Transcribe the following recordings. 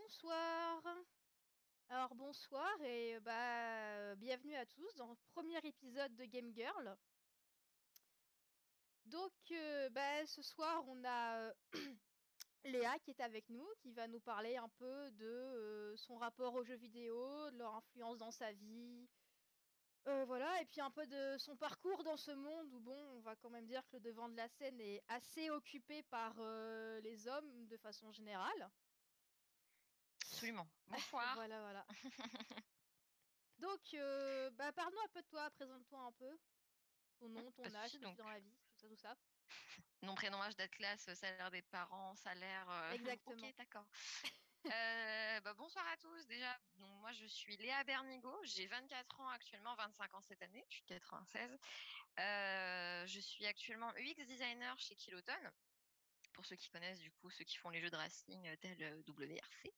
Bonsoir. Alors bonsoir et bienvenue à tous dans le premier épisode de Game Girl. Donc ce soir on a Léa qui est avec nous, qui va nous parler un peu de son rapport aux jeux vidéo, de leur influence dans sa vie. Voilà, et puis un peu de son parcours dans ce monde où on va quand même dire que le devant de la scène est assez occupé par les hommes de façon générale. Absolument. Bonsoir. Voilà. Donc, parle-nous un peu de toi, présente-toi un peu. Ton nom, Pas ton de âge, ce souci. que tu Donc, fais dans la vie, tout ça. nom, prénom, âge, date, classe, salaire des parents, salaire. Ok, Exactement. d'accord. Bonsoir à tous. Déjà, donc moi je suis Léa Bernigo. J'ai 24 ans actuellement, 25 ans cette année. Je suis 96. Je suis actuellement UX designer chez Kiloton. Pour ceux qui connaissent, du coup, ceux qui font les jeux de racing tels WRC.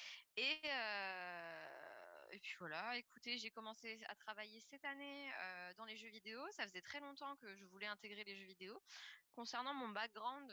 Et puis voilà, écoutez, j'ai commencé à travailler cette année dans les jeux vidéo. Ça faisait très longtemps que je voulais intégrer les jeux vidéo. Concernant mon background,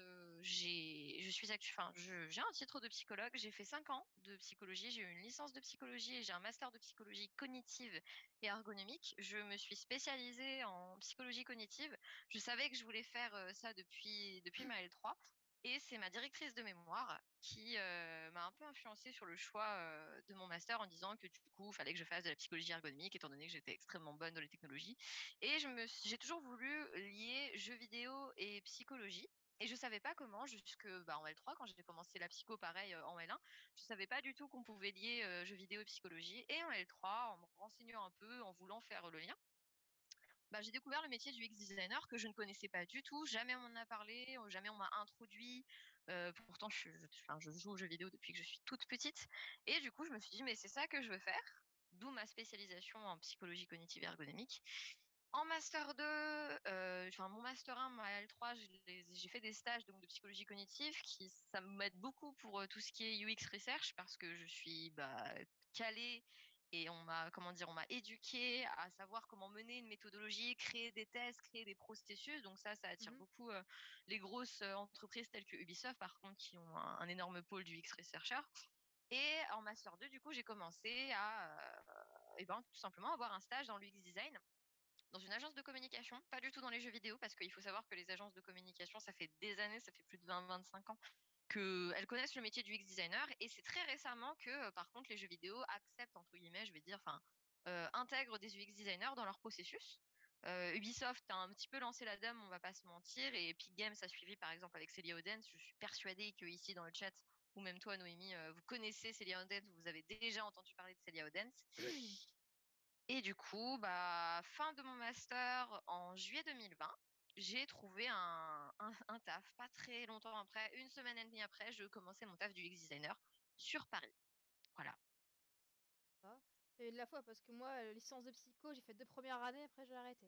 j'ai un titre de psychologue. J'ai fait 5 ans de psychologie. J'ai eu une licence de psychologie et j'ai un master de psychologie cognitive et ergonomique. Je me suis spécialisée en psychologie cognitive. Je savais que je voulais faire ça depuis ma L3. Et c'est ma directrice de mémoire qui m'a un peu influencée sur le choix de mon master en disant que du coup, il fallait que je fasse de la psychologie ergonomique étant donné que j'étais extrêmement bonne dans les technologies. Et j'ai toujours voulu lier jeux vidéo et psychologie. Et je savais pas comment en L3 quand j'ai commencé la psycho pareil en L1, je savais pas du tout qu'on pouvait lier jeux vidéo et psychologie. Et en L3, en me renseignant un peu, en voulant faire le lien, j'ai découvert le métier du UX designer que je ne connaissais pas du tout. Jamais on m'en a parlé, jamais on m'a introduit. Pourtant, je joue aux jeux vidéo depuis que je suis toute petite. Et du coup, je me suis dit, mais c'est ça que je veux faire. D'où ma spécialisation en psychologie cognitive et ergonomique. En master 2, mon master 1, ma L3, j'ai fait des stages donc, de psychologie cognitive ça m'aide beaucoup pour tout ce qui est UX research parce que je suis calée et on m'a éduqué à savoir comment mener une méthodologie, créer des tests, créer des processus. Donc ça attire Mhm. beaucoup les grosses entreprises telles que Ubisoft, par contre, qui ont un énorme pôle du UX researcher. Et en master 2, du coup, j'ai commencé à, tout simplement avoir un stage dans l'UX design dans une agence de communication, pas du tout dans les jeux vidéo, parce qu'il faut savoir que les agences de communication, ça fait des années, ça fait plus de 20-25 ans qu'elles connaissent le métier du UX designer. Et c'est très récemment que, par contre, les jeux vidéo acceptent, entre guillemets, je vais dire, intègrent des UX designers dans leur processus. Ubisoft a un petit peu lancé la dame, on va pas se mentir, et Epic Games a suivi, par exemple, avec Celia Odens. Je suis persuadée que ici, dans le chat, ou même toi, Noémie, vous connaissez Celia Odens, vous avez déjà entendu parler de Celia Odens. Et du coup, fin de mon master en juillet 2020, j'ai trouvé un taf pas très longtemps après, une semaine et demie après, je commençais mon taf du UX designer sur Paris. Voilà. Ah, t'as eu de la foi parce que moi, licence de psycho, j'ai fait 2 premières années, après j'ai arrêté.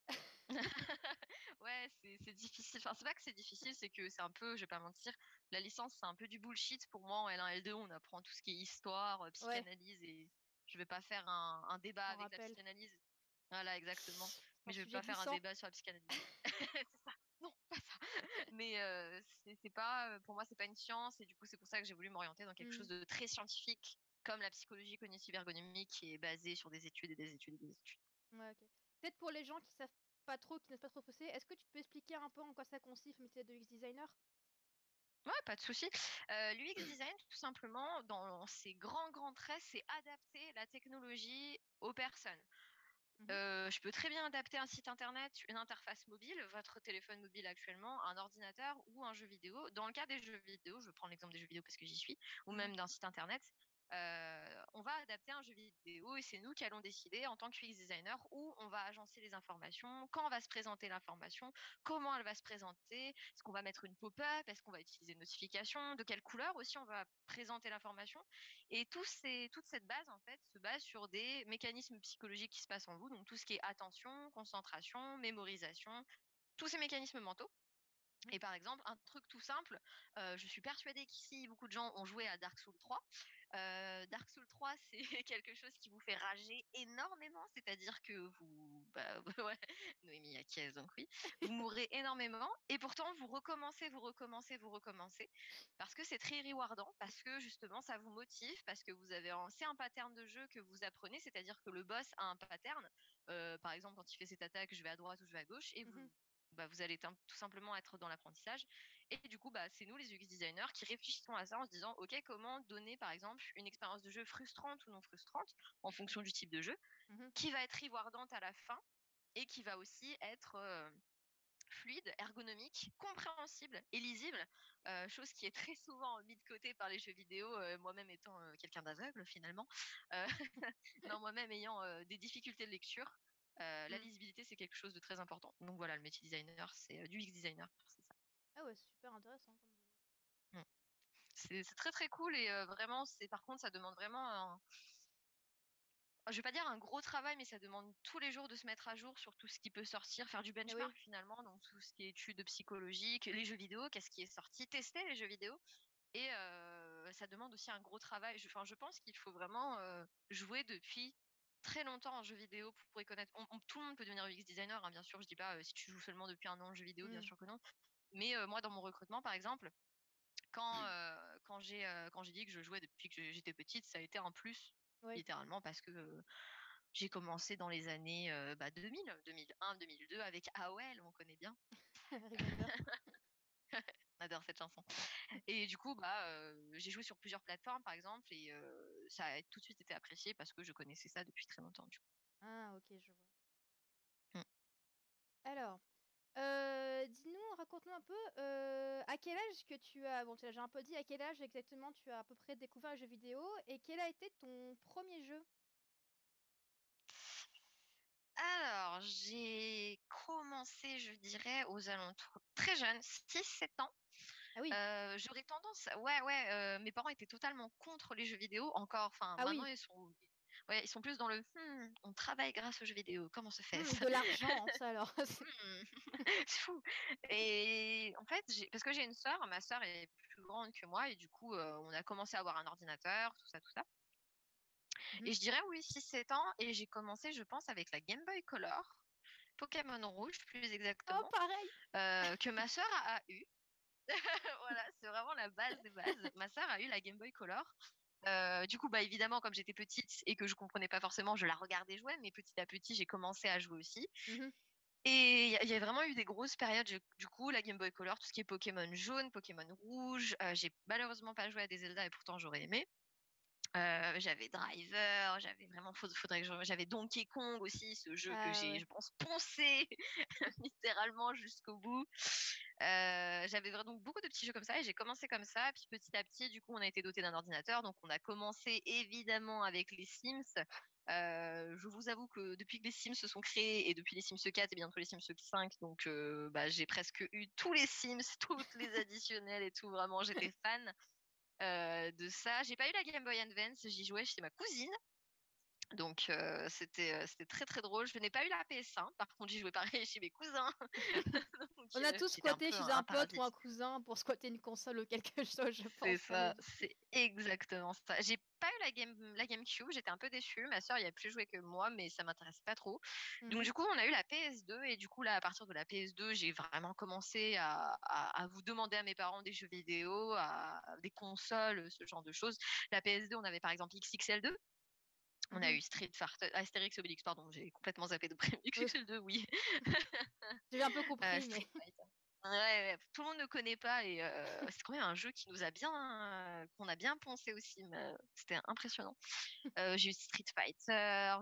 Ouais, c'est difficile. Enfin, c'est pas que c'est difficile, c'est que c'est un peu, je vais pas mentir, la licence, c'est un peu du bullshit pour moi. En L1, L2, on apprend tout ce qui est histoire, Ouais, psychanalyse et je vais pas faire un débat je m'en avec la rappelle. psychanalyse. Voilà, exactement. C'est un Mais je vais sujet pas faire un glissant. débat sur la psychanalyse. C'est ça. Non, pas ça. Mais c'est pas, pour moi, c'est pas une science et du coup, c'est pour ça que j'ai voulu m'orienter dans quelque Hmm. chose de très scientifique, comme la psychologie cognitive ergonomique, qui est basée sur des études et des études et des études. Ouais, ok. Peut-être pour les gens qui savent pas trop, qui n'osent pas trop pousser, est-ce que tu peux expliquer un peu en quoi ça consiste le métier de UX designer? Ouais, pas de souci. L'UX design, tout simplement, dans ses grands traits, c'est adapter la technologie aux personnes. Mhm. Je peux très bien adapter un site internet, une interface mobile, votre téléphone mobile actuellement, un ordinateur ou un jeu vidéo. Dans le cas des jeux vidéo, je prends l'exemple des jeux vidéo parce que j'y suis, ou Mhm. même d'un site internet, on va adapter un jeu vidéo et c'est nous qui allons décider en tant que UX designer où on va agencer les informations, quand va se présenter l'information, comment elle va se présenter, est-ce qu'on va mettre une pop-up, est-ce qu'on va utiliser une notification, de quelle couleur aussi on va présenter l'information. Et toute cette base, en fait, se base sur des mécanismes psychologiques qui se passent en vous, donc tout ce qui est attention, concentration, mémorisation, tous ces mécanismes mentaux. Mhm. Et par exemple, un truc tout simple, je suis persuadée qu'ici, beaucoup de gens ont joué à Dark Souls 3. Dark Souls 3, c'est quelque chose qui vous fait rager énormément, c'est-à-dire que bah, ouais, Noémie Yaquiès, donc oui. Vous mourrez énormément et pourtant vous recommencez, parce que c'est très rewardant, parce que justement ça vous motive, parce que c'est un pattern de jeu que vous apprenez, c'est-à-dire que le boss a un pattern. Par exemple, quand il fait cette attaque, je vais à droite ou je vais à gauche et Mhm. vous allez tout simplement être dans l'apprentissage. Et du coup, c'est nous, les UX designers, qui réfléchissons à ça en se disant, OK, comment donner, par exemple, une expérience de jeu frustrante ou non frustrante en fonction du type de jeu, Mhm. qui va être rewardante à la fin et qui va aussi être fluide, ergonomique, compréhensible et lisible, chose qui est très souvent mise de côté par les jeux vidéo, moi-même étant quelqu'un d'aveugle finalement, euh, non, moi-même ayant des difficultés de lecture. La Mm. lisibilité, c'est quelque chose de très important. Donc voilà, le métier designer, c'est du UX designer, c'est ça. Ah ouais, super intéressant comme boulot. Mm. C'est très très cool et vraiment, par contre, ça demande vraiment je vais pas dire un gros travail, mais ça demande tous les jours de se mettre à jour sur tout ce qui peut sortir, faire du Eh oui. benchmark finalement, donc tout ce qui est études psychologiques, les jeux vidéo, qu'est-ce qui est sorti, tester les jeux vidéo. Et ça demande aussi un gros travail. Je pense qu'il faut vraiment jouer depuis très longtemps en jeu vidéo pour y connaître. Tout le monde peut devenir UX designer, hein, bien sûr. Je dis pas si tu joues seulement depuis un an en jeu vidéo, bien Mm. sûr que non. Mais moi, dans mon recrutement, par exemple, quand j'ai dit que je jouais depuis que j'étais petite, ça a été un plus, Oui. littéralement, parce que j'ai commencé dans les années 2000, 2001, 2002 avec AOL, on connaît bien. Remember. On adore cette chanson. Et du coup, j'ai joué sur plusieurs plateformes, par exemple, et ça a tout de suite été apprécié parce que je connaissais ça depuis très longtemps, du coup. Ah, ok, je vois. Mm. Alors, dis-nous, raconte-nous un peu, à quel âge que tu as, bon, tu l'as déjà un peu dit, à quel âge exactement tu as à peu près découvert les jeux vidéo et quel a été ton premier jeu? Alors, j'ai commencé, je dirais, aux alentours très jeune, 6, 7 ans. Ah oui, J'aurais tendance, ouais, ouais, mes parents étaient totalement contre les jeux vidéo encore. Enfin, ah maintenant oui, ouais, ils sont plus dans on travaille grâce aux jeux vidéo. Comment se fait-ce? de l'argent, ça alors. Hmm, c'est fou. Et en fait, parce que j'ai une sœur, ma sœur est plus grande que moi, et du coup, on a commencé à avoir un ordinateur, tout ça, tout ça. Mhm. Et je dirais oui, 6, 7 ans, et j'ai commencé, je pense, avec la Game Boy Color, Pokémon Rouge plus Oh, exactement, pareil. que ma sœur a eu. Voilà, c'est vraiment la base des bases. Ma sœur a eu la Game Boy Color. Du coup, évidemment, comme j'étais petite et que je comprenais pas forcément, je la regardais jouer, mais petit à petit, j'ai commencé à jouer aussi. Mhm. Et il y a vraiment eu des grosses périodes. Du coup, la Game Boy Color, tout ce qui est Pokémon jaune, Pokémon rouge. J'ai malheureusement pas joué à des Zelda et pourtant j'aurais aimé. J'avais Driver, j'avais vraiment, faudrait que j'avais Donkey Kong aussi, ce jeu que Ah j'ai, ouais. je pense, poncé littéralement jusqu'au bout. J'avais donc beaucoup de petits jeux comme ça et j'ai commencé comme ça. Puis petit à petit, du coup, on a été doté d'un ordinateur. Donc on a commencé évidemment avec les Sims. Je vous avoue que depuis que les Sims se sont créés et depuis les Sims 4 et bientôt les Sims 5, donc j'ai presque eu tous les Sims, toutes les additionnels et tout. Vraiment, j'étais fan de ça. J'ai pas eu la Game Boy Advance, j'y jouais chez ma cousine. Donc c'était très très drôle. Je n'ai pas eu la PS1, par contre j'y jouais pareil chez mes cousins. Donc On a tous j'étais un squatté peu chez un un pote ou parasite. un cousin pour squatter une console ou quelque chose, je C'est pense, pour les ça, jeux. c'est exactement ça. J'ai pas eu la GameCube, j'étais un peu déçue. Ma sœur y a plus joué que moi, mais ça m'intéresse pas trop. Donc Mhm. du coup, on a eu la PS2 et du coup là, à partir de la PS2, j'ai vraiment commencé à vous demander à mes parents des jeux vidéo, des consoles, ce genre de choses. La PS2, on avait par exemple XXL2. On a Mhm. eu Astérix Obélix, pardon, j'ai complètement zappé de près. Oui, XXL2, oui. j'ai un peu compris, mais Street Fighter. Ouais, ouais, tout le monde ne connaît pas et c'est quand même un jeu qui nous a qu'on a bien poncé aussi, mais c'était impressionnant. J'ai eu Street Fighter,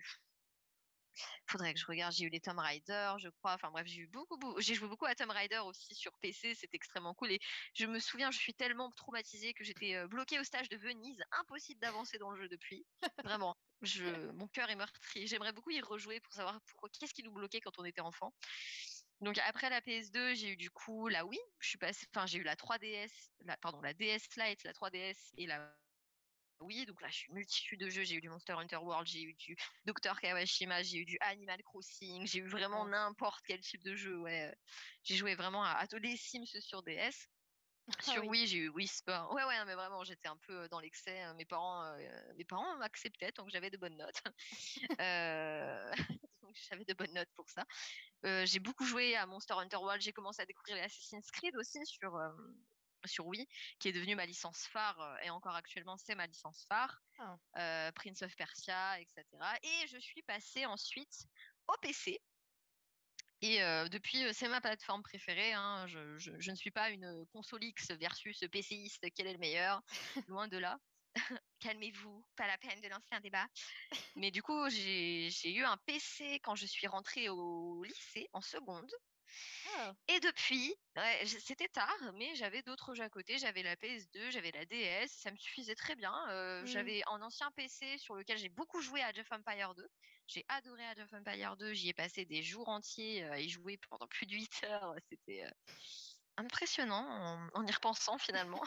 faudrait que je regarde, j'ai eu les Tomb Raider, je crois. Enfin bref, j'ai joué beaucoup à Tomb Raider aussi sur PC, c'était extrêmement cool. Et je me souviens, je suis tellement traumatisée que j'étais bloquée au stage de Venise, impossible d'avancer dans le jeu depuis. Vraiment, mon cœur est meurtri. J'aimerais beaucoup y rejouer pour savoir qu'est-ce qui nous bloquait quand on était enfant. Donc après la PS2, j'ai eu du coup la Wii. J'ai eu la 3DS, pardon, la DS Lite, la 3DS et la oui, donc là, je suis multitude de jeux. J'ai eu du Monster Hunter World, j'ai eu du Dr. Kawashima, j'ai eu du Animal Crossing, j'ai eu vraiment wow. n'importe quel type de jeu. Ouais, j'ai joué vraiment à tous les Sims sur DS. Ah Sur oui. Wii, j'ai eu Wii Sport. Ouais, ouais, mais vraiment, j'étais un peu dans l'excès. Mes parents m'acceptaient tant que j'avais de bonnes notes. Euh, donc j'avais de bonnes notes pour ça. J'ai beaucoup joué à Monster Hunter World, j'ai commencé à découvrir les Assassin's Creed aussi sur Wii, qui est devenue ma licence phare, et encore actuellement c'est ma licence phare. Ah. Prince of Persia, etc. Et je suis passée ensuite au PC. Et depuis, c'est ma plateforme préférée, hein. Je ne suis pas une console X versus PCiste, quel est le meilleur? Loin de là. Calmez-vous, pas la peine de lancer un débat. Mais du coup, j'ai eu un PC quand je suis rentrée au lycée en seconde. Ah. Et depuis, ouais, c'était tard, mais j'avais d'autres jeux à côté. J'avais la PS2, j'avais la DS, ça me suffisait très bien. Mmh. J'avais un ancien PC sur lequel j'ai beaucoup joué à Age of Empire 2. J'ai adoré Age of Empire 2. J'y ai passé des jours entiers à y jouer pendant plus de 8 heures. C'était impressionnant en y repensant finalement.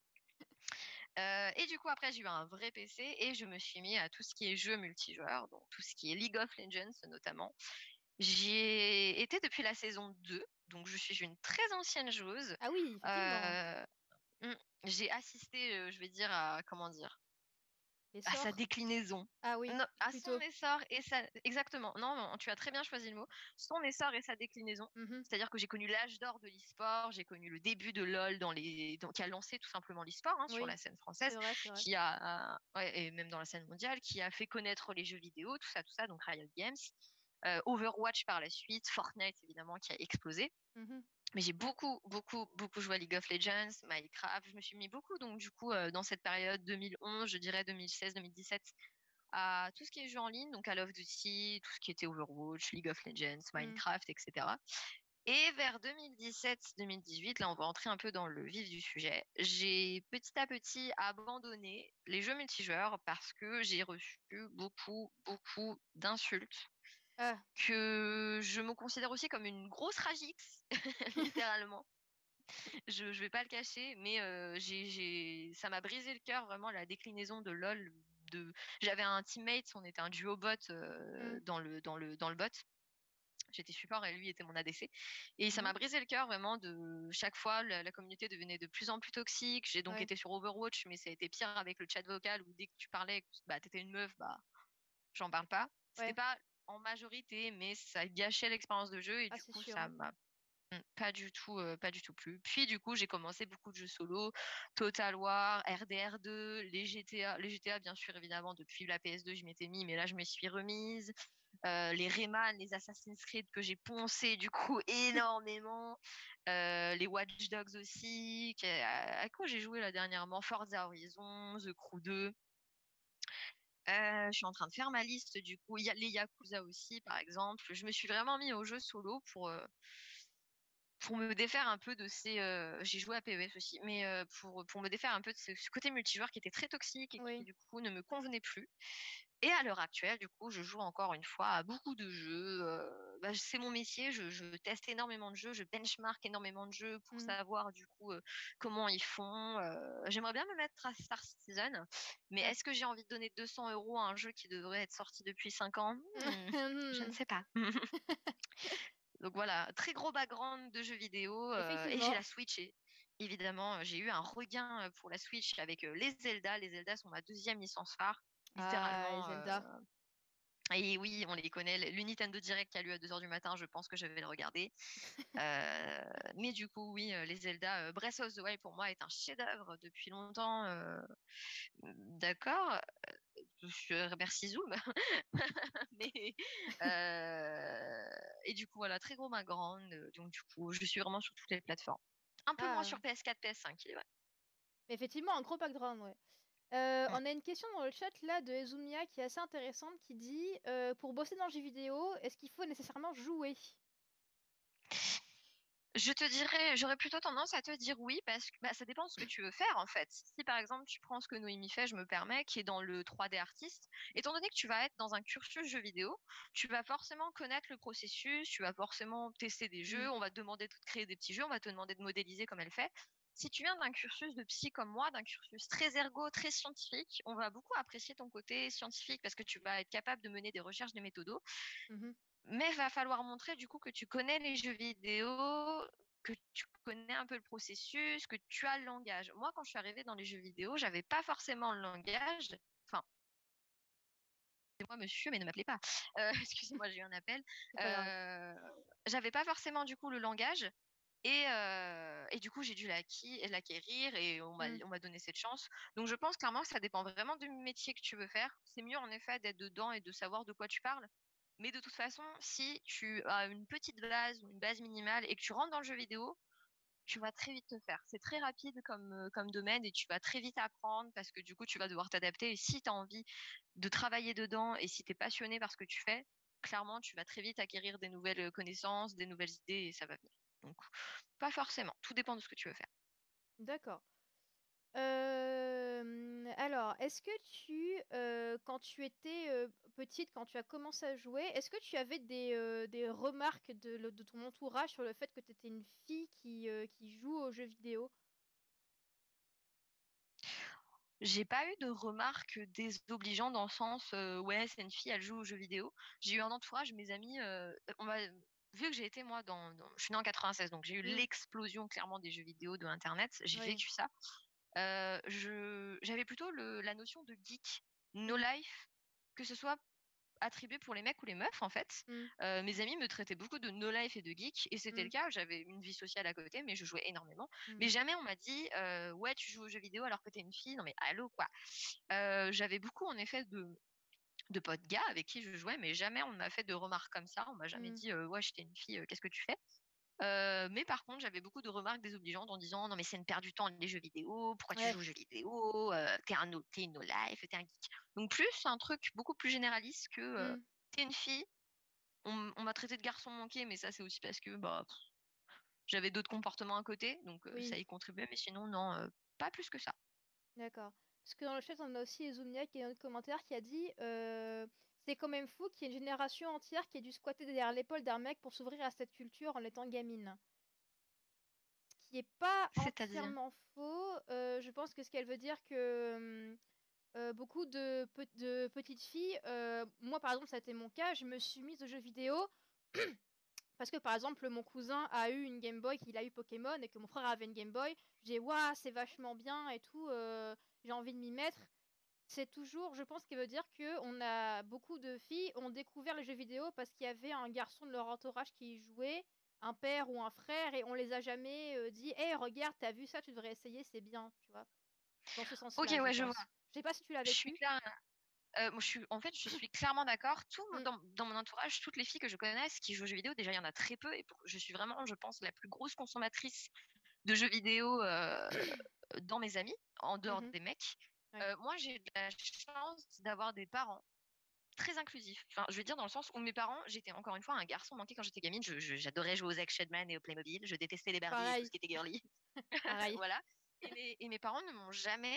Et du coup, après, j'ai eu un vrai PC et je me suis mis à tout ce qui est jeux multijoueurs, donc tout ce qui est League of Legends notamment. J'y ai été depuis la saison 2, donc je suis une très ancienne joueuse. Ah oui, effectivement. Euh, mm, j'ai assisté, je vais dire, à comment dire, à sa L'essor? déclinaison. Ah oui, Non, à son plutôt. essor et sa... Exactement. Non, non, tu as très bien choisi le mot. Son essor et sa déclinaison. Mmh. C'est-à-dire que j'ai connu l'âge d'or de l'e-sport, j'ai connu le début de LoL qui a lancé tout simplement l'e-sport, hein, sur Oui, la scène c'est française, vrai, c'est vrai. qui a, ouais, et même dans la scène mondiale, qui a fait connaître les jeux vidéo, tout ça, donc Riot Games. Overwatch par la suite, Fortnite évidemment qui a explosé. Mmh. Mais j'ai beaucoup, beaucoup, beaucoup joué à League of Legends, Minecraft. Je me suis mis beaucoup, donc du coup, dans cette période 2011, je dirais 2016, 2017, à tout ce qui est jeux en ligne, donc Call of Duty, tout ce qui était Overwatch, League of Legends, Mmh. Minecraft, etc. Et vers 2017-2018, là, on va entrer un peu dans le vif du sujet. J'ai petit à petit abandonné les jeux multijoueurs parce que j'ai reçu beaucoup, beaucoup d'insultes Ah. que je me considère aussi comme une grosse ragix, littéralement. Je vais pas le cacher, mais ça m'a brisé le cœur vraiment la déclinaison de LoL. J'avais un teammate, on était un duo bot Mmh. dans le bot. J'étais support et lui était mon ADC. Et ça Mmh. m'a brisé le cœur vraiment de chaque fois, la communauté devenait de plus en plus toxique. J'ai donc Ouais. été sur Overwatch, mais ça a été pire avec le chat vocal où dès que tu parlais, bah, t'étais une meuf, bah, j'en parle pas. C'était Ouais. pas en majorité, mais ça gâchait l'expérience de jeu et Ah, du c'est coup, sûr, ça hein. m'a pas du tout plu. Puis du coup, j'ai commencé beaucoup de jeux solo, Total War, RDR2, les GTA bien sûr évidemment depuis la PS2 je m'étais mis, mais là je me suis remise. Les Rayman, les Assassin's Creed que j'ai poncé du coup énormément, les Watch Dogs aussi. À quoi j'ai joué là dernièrement? Forza Horizon, The Crew 2. Je suis en train de faire ma liste du coup. Il y a les Yakuza aussi par exemple. Je me suis vraiment mis au jeu solo pour me défaire un peu de ces. J'ai joué à PES aussi, mais pour me défaire un peu de ce côté multijoueur qui était très toxique et qui Oui. du coup ne me convenait plus. Et à l'heure actuelle, du coup, je joue encore une fois à beaucoup de jeux. Bah, c'est mon métier, je teste énormément de jeux, je benchmark énormément de jeux pour Mmh. savoir du coup comment ils font. J'aimerais bien me mettre à Star Citizen, mais Ah. est-ce que j'ai envie de donner 200 € à un jeu qui devrait être sorti depuis 5 ans? Je ne Mmh. sais pas. Donc voilà, très gros background de jeux vidéo et j'ai Effectivement. la Switch et évidemment j'ai eu un regain pour la Switch avec les Zelda. Les Zelda sont ma deuxième licence phare, Ah, les littéralement. Zelda. Et oui, on les connaît. Le Nintendo Direct qui a lieu à 2 heures du matin, je pense que je vais le regarder. Mais du coup, oui, les Zelda, Breath of the Wild pour moi est un chef-d'œuvre depuis longtemps. D'accord, merci Zoom. Mais et du coup voilà, très gros background. Donc du coup, je suis vraiment sur toutes les plateformes. Un peu moins Ah, sur PS4, PS5, il est vrai. effectivement, un gros background, ouais. Mm. On a une question dans le chat là de Ezumia qui est assez intéressante qui dit pour bosser dans le jeu vidéo, est-ce qu'il faut nécessairement jouer? Je te dirais, j'aurais plutôt tendance à te dire oui parce que bah, ça dépend de ce que tu veux faire en fait. Si par exemple tu prends ce que Noémie fait, je me permets, qui est dans le 3D artiste, étant donné que tu vas être dans un cursus jeu vidéo, tu vas forcément connaître le processus, tu vas forcément tester des Mmh. jeux, on va te demander de créer des petits jeux, on va te demander de modéliser comme elle fait. Si tu viens d'un cursus de psy comme moi, d'un cursus très ergo, très scientifique, on va beaucoup apprécier ton côté scientifique parce que tu vas être capable de mener des recherches, des méthodos. Mmh. Mais il va falloir montrer du coup que tu connais les jeux vidéo, que tu connais un peu le processus, que tu as le langage. Moi, quand je suis arrivée dans les jeux vidéo, j'avais pas forcément le langage. Enfin, excusez-moi monsieur, mais ne m'appelez pas. Excusez-moi, j'ai eu un appel. C'est pas grave. J'avais pas forcément du coup le langage. Et du coup, j'ai dû l'acquérir et Mmh. on m'a donné cette chance. Donc, je pense clairement que ça dépend vraiment du métier que tu veux faire. C'est mieux, en effet, d'être dedans et de savoir de quoi tu parles. Mais de toute façon, si tu as une petite base ou une base minimale et que tu rentres dans le jeu vidéo, tu vas très vite te faire. C'est très rapide comme domaine et tu vas très vite apprendre parce que du coup, tu vas devoir t'adapter. Et si tu as envie de travailler dedans et si tu es passionné par ce que tu fais, clairement, tu vas très vite acquérir des nouvelles connaissances, des nouvelles idées et ça va venir. Donc, pas forcément. Tout dépend de ce que tu veux faire. D'accord. Alors, est-ce que quand tu étais, petite, quand tu as commencé à jouer, est-ce que tu avais des remarques de ton entourage sur le fait que tu étais une fille qui joue aux jeux vidéo? J'ai pas eu de remarques désobligeantes dans le sens ouais, c'est une fille, elle joue aux jeux vidéo. J'ai eu un entourage, mes amis, vu que j'ai été moi je suis née en 96, donc j'ai eu Mmh, l'explosion clairement des jeux vidéo, de Internet. J'ai oui. vécu ça. J'avais plutôt la notion de geek, no Mmh, life, que ce soit attribué pour les mecs ou les meufs en fait. mmh, Mes amis me traitaient beaucoup de no life et de geek et c'était le mmh, cas. J'avais une vie sociale à côté, mais je jouais énormément. mmh Mais mh. jamais on m'a dit ouais tu joues aux jeux vidéo alors que t'es une fille. Non mais allô quoi. J'avais beaucoup en effet de potes gars avec qui je jouais, mais jamais on m'a fait de remarques comme ça. On m'a jamais Mmh. dit ouais j'étais une fille, qu'est-ce que tu fais. Mais par contre, j'avais beaucoup de remarques désobligeantes en disant non mais c'est une perte du temps les jeux vidéo, pourquoi tu joues Ouais. aux jeux vidéo, t'es une no life, t'es un geek. Donc plus un truc beaucoup plus généraliste que Mmh. t'es une fille. On m'a traité de garçon manqué, mais ça c'est aussi parce que bah j'avais d'autres comportements à côté, donc ça Oui, y contribuait, mais sinon non, pas plus que ça. d'accord. Parce que dans le chat, on a aussi Izumia qui a un autre commentaire qui a dit, «C'est quand même fou qu'il y ait une génération entière qui ait dû squatter derrière l'épaule d'un mec pour s'ouvrir à cette culture en étant gamine». Ce qui est pas C'est-à-dire? entièrement faux, je pense que ce qu'elle veut dire que, beaucoup de petites filles, moi par exemple ça a été mon cas, je me suis mise aux jeux vidéo parce que par exemple mon cousin a eu une Game Boy, qu'il a eu Pokémon et que mon frère avait une Game Boy. J'ai dit: «Waouh, c'est vachement bien et tout, j'ai envie de m'y mettre». C'est toujours je pense qu'elle veut dire que on a beaucoup de filles ont découvert les jeux vidéo parce qu'il y avait un garçon de leur entourage qui y jouait, un père ou un frère et on les a jamais, dit: «Hey regarde, t'as vu ça? Tu devrais essayer, c'est bien», tu vois? Dans ce Ok, sens-là, je ouais, je vois. pense. Je sais pas si tu l'as Je suis vécu? claire. Moi, en fait, je suis clairement d'accord. Mmh. Dans mon entourage, toutes les filles que je connaisse qui jouent aux jeux vidéo, déjà, il y en a très peu. Et je suis vraiment, je pense, la plus grosse consommatrice de jeux vidéo dans mes amis, en dehors Mmh. des mecs. Ouais. Moi, j'ai de la chance d'avoir des parents très inclusifs. Enfin, je veux dire dans le sens où mes parents, j'étais encore une fois un garçon manqué quand j'étais gamine. J'adorais jouer aux Action Man et aux Playmobil. Je détestais les Barbie et tout ce Pareil, qui était girly. pareil. Voilà. Et mes parents ne m'ont jamais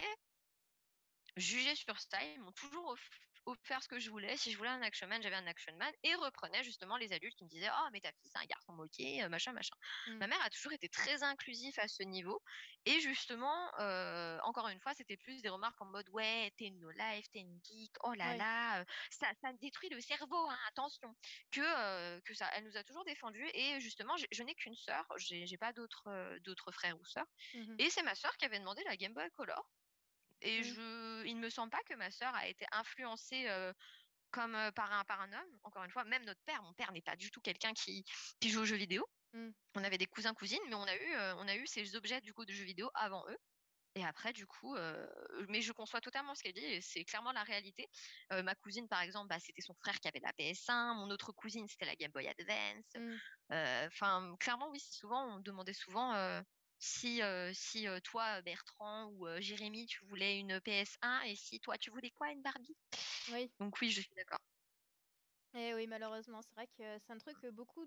jugé sur ça. Ils m'ont toujours offert ce que je voulais. Si je voulais un Action Man, j'avais un Action Man. Et reprenaient justement les adultes qui me disaient oh, mais ta fille, c'est un garçon moqué, machin, machin. Mmh. Ma mère a toujours été très inclusif à ce niveau. Et justement, encore une fois, c'était plus des remarques en mode ouais, t'es une no-life, t'es une geek, oh là Ouais. là, ça détruit le cerveau, hein, attention. Que ça, elle nous a toujours défendus. Et justement, je n'ai qu'une sœur, j'ai pas d'autres frères ou sœurs. Mmh. Et c'est ma sœur qui avait demandé la Game Boy Color. Et Mmh. il ne me semble pas que ma sœur a été influencée comme par un homme. Encore une fois, même notre père, mon père n'est pas du tout quelqu'un qui joue aux jeux vidéo. Mmh. On avait des cousins, cousines, mais on a eu ces objets du coup de jeux vidéo avant eux. Et après, du coup, mais je conçois totalement ce qu'elle dit, et c'est clairement la réalité. Ma cousine, par exemple, bah, c'était son frère qui avait la PS1, mon autre cousine, c'était la Game Boy Advance. Mmh. Enfin, clairement, oui, c'est souvent, on demandait souvent si toi, Bertrand ou Jérémy, tu voulais une PS1 et si toi, tu voulais quoi, une Barbie? Oui. Donc oui, je suis d'accord. Et oui, malheureusement, c'est vrai que c'est un truc que beaucoup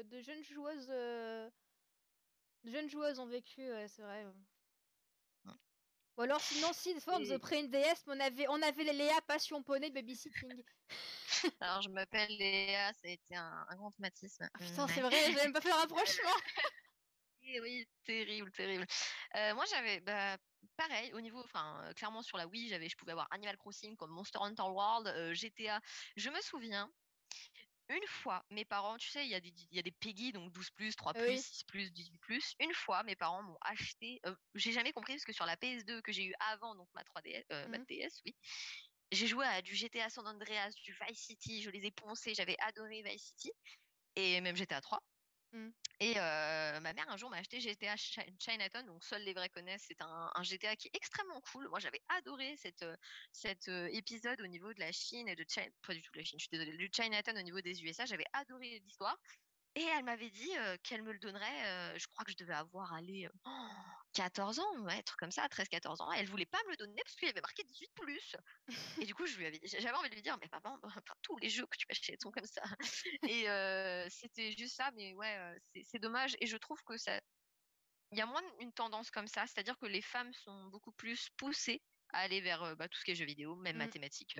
de jeunes joueuses ont vécu, ouais, c'est vrai, ou alors sinon si, des fois, on nous Et offrait une DS, mais on avait les Léa Passion Poney de babysitting. alors, je m'appelle Léa, ça a été un grand traumatisme. Ah putain, c'est Ouais. vrai, j'ai même pas fait le rapprochement! Et oui, terrible, terrible. Moi, j'avais, bah, pareil, au niveau, enfin, clairement sur la Wii, je pouvais avoir Animal Crossing comme Monster Hunter World, GTA. Je me souviens, une fois, mes parents, tu sais, il y a des PEGI, donc 12+, 3+, Oui. 6+, 18+. Une fois, mes parents m'ont acheté, j'ai jamais compris parce que sur la PS2 que j'ai eu avant, donc ma 3DS, ma Mmh. DS, oui, j'ai joué à du GTA San Andreas, du Vice City, je les ai poncés, j'avais adoré Vice City et même GTA 3. Mm. Et ma mère un jour m'a acheté GTA Chinatown, donc seuls les vrais connaissent. C'est un GTA qui est extrêmement cool. Moi j'avais adoré cet épisode au niveau de la Chine et de China, pas du tout de la Chine, je suis désolée, du Chinatown au niveau des USA. J'avais adoré l'histoire. Et elle m'avait dit qu'elle me le donnerait, je crois que je devais avoir allé 14 ans, ouais, un truc comme ça, 13-14 ans. Elle voulait pas me le donner parce qu'il y avait marqué 18+. Et du coup, j'avais envie de lui dire, mais maman, enfin, tous les jeux que tu m'achètes sont comme ça. Et c'était juste ça, mais ouais, c'est dommage. Et je trouve que ça, il y a moins une tendance comme ça, c'est-à-dire que les femmes sont beaucoup plus poussées à aller vers tout ce qui est jeux vidéo, même Mm. mathématiques,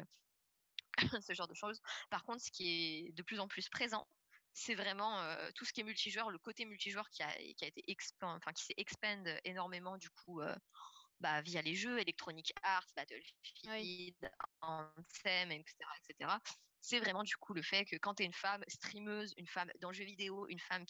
ce genre de choses. Par contre, ce qui est de plus en plus présent, c'est vraiment tout ce qui est multijoueur, le côté multijoueur qui a été enfin, qui s'est expand énormément du coup via les jeux, Electronic Arts, Oui. Battlefield, Anthem, etc., etc. C'est vraiment du coup le fait que quand tu es une femme streameuse, une femme dans le jeu vidéo, une femme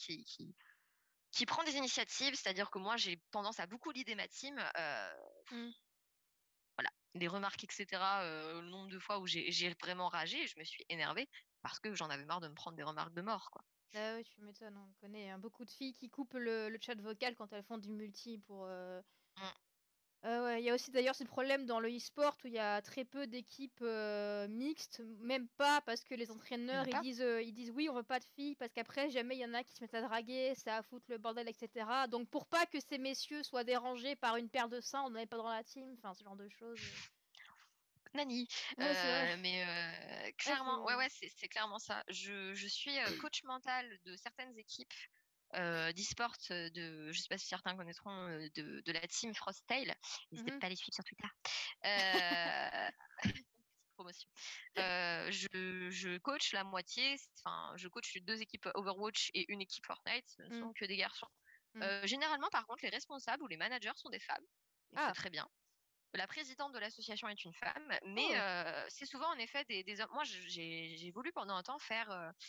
qui prend des initiatives, c'est-à-dire que moi j'ai tendance à beaucoup leader ma team, Mm. voilà, les remarques, etc., le nombre de fois où j'ai vraiment ragé, je me suis énervée parce que j'en avais marre de me prendre des remarques de mort, quoi. Ah oui, tu m'étonnes, on connaît hein, beaucoup de filles qui coupent le chat vocal quand elles font du multi pour. Mm. Ouais, il y a aussi d'ailleurs ce problème dans le e-sport où il y a très peu d'équipes mixtes, même pas parce que les Il n'y en entraîneurs a pas. ils disent oui, on veut pas de filles parce qu'après jamais il y en a qui se mettent à draguer, ça va foutre le bordel, etc. Donc pour pas que ces messieurs soient dérangés par une paire de seins, on n'en est pas dans la team, enfin ce genre de choses. Nani. Ouais, c'est vrai. Mais Ouais, clairement, ouais, c'est. ouais, c'est clairement ça. Je suis coach mental de certaines équipes d'e-sport, je sais pas si certains connaîtront, de la team Frosttail. N'hésitez Mhm, pas à les suivre sur Twitter. Euh, promotion. Je coach la moitié, enfin, je coach 2 équipes Overwatch et une équipe Fortnite, ce ne mm, sont que des garçons. mm. Généralement, par contre, les responsables ou les managers sont des femmes, donc c'est Ah, très bien. La présidente de l'association est une femme, mais oh, c'est souvent en effet des hommes. Moi, j'ai voulu pendant un temps faire,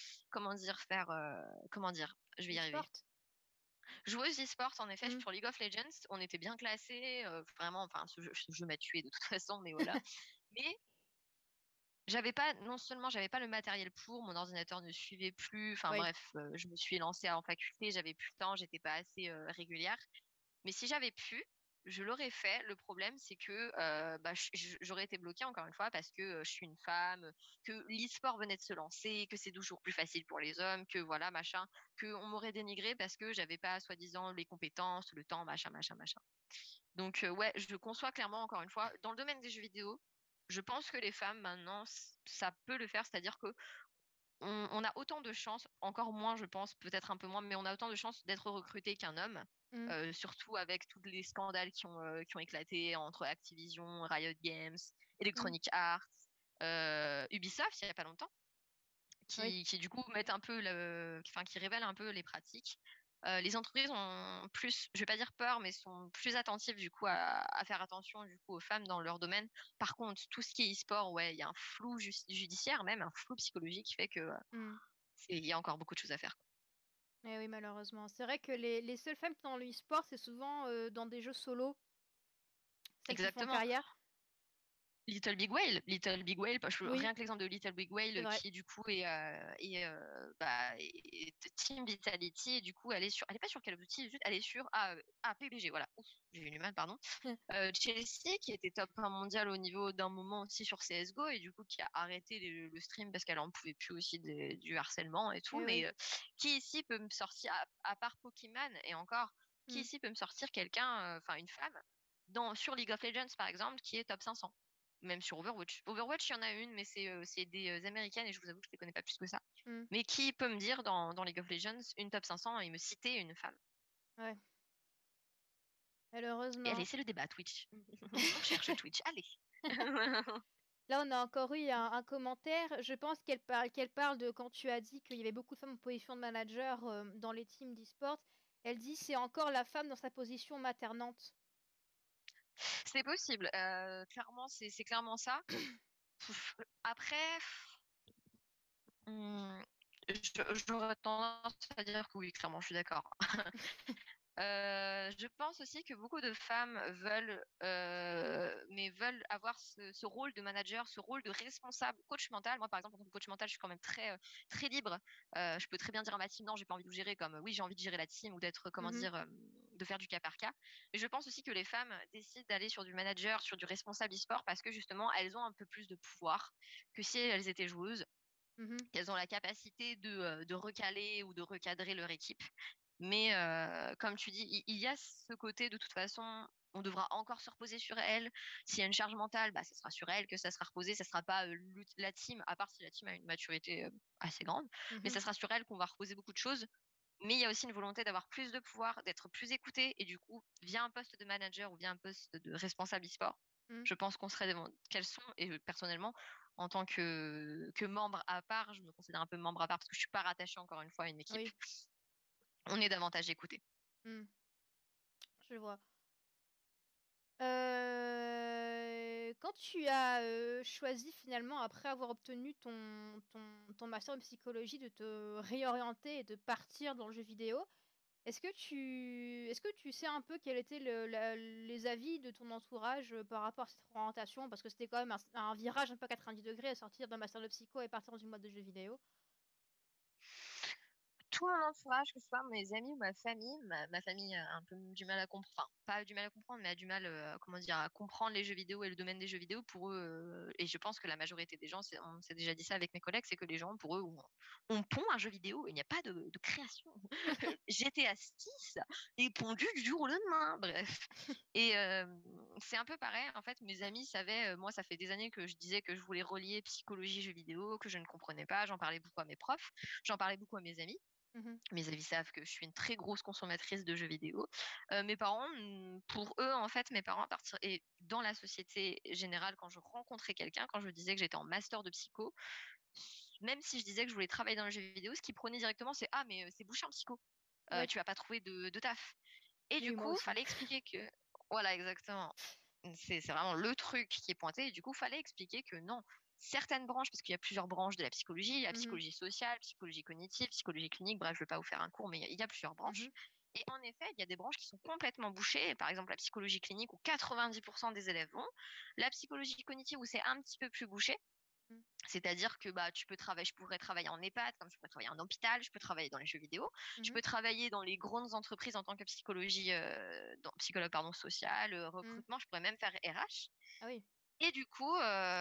comment dire, je vais y arriver. e-sport. Joueuse e-sport, en effet, Mm. sur League of Legends, on était bien classés, vraiment, enfin, ce jeu m'a tué de toute façon, mais voilà. Mais j'avais pas, non seulement j'avais pas le matériel pour, mon ordinateur ne suivait plus, enfin Oui. bref, je me suis lancée en faculté, j'avais plus le temps, j'étais pas assez régulière. Mais si j'avais pu, je l'aurais fait. Le problème, c'est que j'aurais été bloquée encore une fois parce que je suis une femme, que l'e-sport venait de se lancer, que c'est toujours plus facile pour les hommes, que voilà, machin, que on m'aurait dénigré parce que j'avais pas, soi-disant, les compétences, le temps, machin, machin, machin. Donc, ouais, je conçois clairement, encore une fois, dans le domaine des jeux vidéo, je pense que les femmes, maintenant, ça peut le faire, c'est-à-dire que on a autant de chances, encore moins, je pense, peut-être un peu moins, mais on a autant de chances d'être recruté qu'un homme, Mm, surtout avec tous les scandales qui ont éclaté entre Activision, Riot Games, mm. Electronic Arts, Ubisoft, il n'y a pas longtemps, Oui. qui du coup mettent un peu enfin, qui révèlent un peu les pratiques. Les entreprises ont plus, je vais pas dire peur, mais sont plus attentives du coup à faire attention du coup aux femmes dans leur domaine. Par contre, tout ce qui est e-sport, ouais, il y a un flou judiciaire, même un flou psychologique qui fait que Mm. il y a encore beaucoup de choses à faire. Eh oui, malheureusement. C'est vrai que les seules femmes qui sont dans le e-sport, c'est souvent dans des jeux solo, celles qui font Exactement. carrière. Little Big Whale, parce que Oui, rien que l'exemple de Little Big Whale c'est vrai. qui du coup est Team Vitality et du coup elle est pas sur Call of Duty, juste elle est sur PUBG, voilà. Ouf, j'ai eu du mal, pardon. Chelsea qui était top 1 mondial au niveau d'un moment aussi sur CS:GO et du coup qui a arrêté le stream parce qu'elle en pouvait plus aussi du harcèlement et tout, Eh mais oui. qui ici peut me sortir à part Pokémon et encore qui Mm. ici peut me sortir quelqu'un, enfin une femme sur League of Legends par exemple qui est top 500, même sur Overwatch. Overwatch, il y en a une, mais c'est des américaines et je vous avoue que je les connais pas plus que ça. Mm. Mais qui peut me dire dans League of Legends une top 500 et me citer une femme? Ouais, Et allez, malheureusement. c'est le débat Twitch. On cherche Twitch, allez. Là, on a encore eu un commentaire. Je pense qu'elle parle de quand tu as dit qu'il y avait beaucoup de femmes en position de manager dans les teams d'e-sport. Elle dit c'est encore la femme dans sa position maternante. C'est possible, clairement, c'est clairement ça. Après, hum, j'aurais tendance à dire que oui, clairement, je suis d'accord. Je pense aussi que beaucoup de femmes veulent avoir ce rôle de manager, ce rôle de responsable, coach mental. Moi, par exemple, en tant que coach mental, je suis quand même très libre. Je peux très bien dire à ma team, non, j'ai pas envie de vous gérer, comme oui, j'ai envie de gérer la team ou d'être, comment Mhm, dire, de faire du cas par cas. Mais je pense aussi que les femmes décident d'aller sur du manager, sur du responsable e-sport parce que justement, elles ont un peu plus de pouvoir que si elles étaient joueuses. mhm. Elles ont la capacité de recaler ou de recadrer leur équipe. Mais comme tu dis, il y a ce côté de toute façon, on devra encore se reposer sur elle. S'il y a une charge mentale, bah, ce sera sur elle que ça sera reposé. Ça sera pas la team, à part si la team a une maturité assez grande. Mais Mhm. ça sera sur elle qu'on va reposer beaucoup de choses. Mais il y a aussi une volonté d'avoir plus de pouvoir, d'être plus écouté. Et du coup, via un poste de manager ou via un poste de responsable e-sport, Mm. je pense qu'on serait qu'elles sont. Et personnellement, en tant que membre à part, je me considère un peu membre à part parce que je suis pas rattachée encore une fois à une équipe. Oui. On est davantage écouté. Mm. Je vois. Quand tu as choisi finalement, après avoir obtenu ton master de psychologie, de te réorienter et de partir dans le jeu vidéo, est-ce que tu sais un peu quels étaient les avis de ton entourage par rapport à cette orientation? Parce que c'était quand même un virage un peu à 90 degrés à sortir d'un master de psycho et partir dans une boîte de jeux vidéo. Tout mon entourage, que ce soit mes amis ou ma famille, ma famille a un peu du mal à comprendre, enfin, pas du mal à comprendre, mais a du mal, comment dire, à comprendre les jeux vidéo et le domaine des jeux vidéo. Pour eux, et je pense que la majorité des gens, on s'est déjà dit ça avec mes collègues, c'est que les gens, pour eux, on pond un jeu vidéo, il n'y a pas de création. GTA 6 est pondu du jour au lendemain, bref. Et c'est un peu pareil, en fait, mes amis savaient, moi, ça fait des années que je disais que je voulais relier psychologie jeux vidéo, que je ne comprenais pas, j'en parlais beaucoup à mes profs, j'en parlais beaucoup à mes amis. Mhm. Mes amis savent que je suis une très grosse consommatrice de jeux vidéo. Mes parents, pour eux, en fait, mes parents, à partir, et dans la société générale, quand je rencontrais quelqu'un, quand je disais que j'étais en master de psycho, même si je disais que je voulais travailler dans le jeu vidéo, ce qu'ils prenaient directement, c'est ah, mais c'est bouché en psycho. Oui, Tu vas pas trouver de taf. Et du oui, moi coup, aussi. fallait expliquer que. Voilà, exactement. C'est vraiment le truc qui est pointé. Et du coup, fallait expliquer que non, certaines branches, parce qu'il y a plusieurs branches de la psychologie, il y a Mhm, psychologie sociale, psychologie cognitive, psychologie clinique, bref, je ne vais pas vous faire un cours, mais il y a plusieurs mhm, branches. Et en effet, il y a des branches qui sont complètement bouchées. Par exemple, la psychologie clinique, où 90% des élèves vont. La psychologie cognitive, où c'est un petit peu plus bouché. mhm, C'est-à-dire que bah, je pourrais travailler en EHPAD, comme je pourrais travailler en hôpital, je peux travailler dans les jeux vidéo, je mhm, peux travailler dans les grandes entreprises en tant que psychologue pardon, social, mhm. recrutement, je pourrais même faire RH. Ah oui. Et du coup,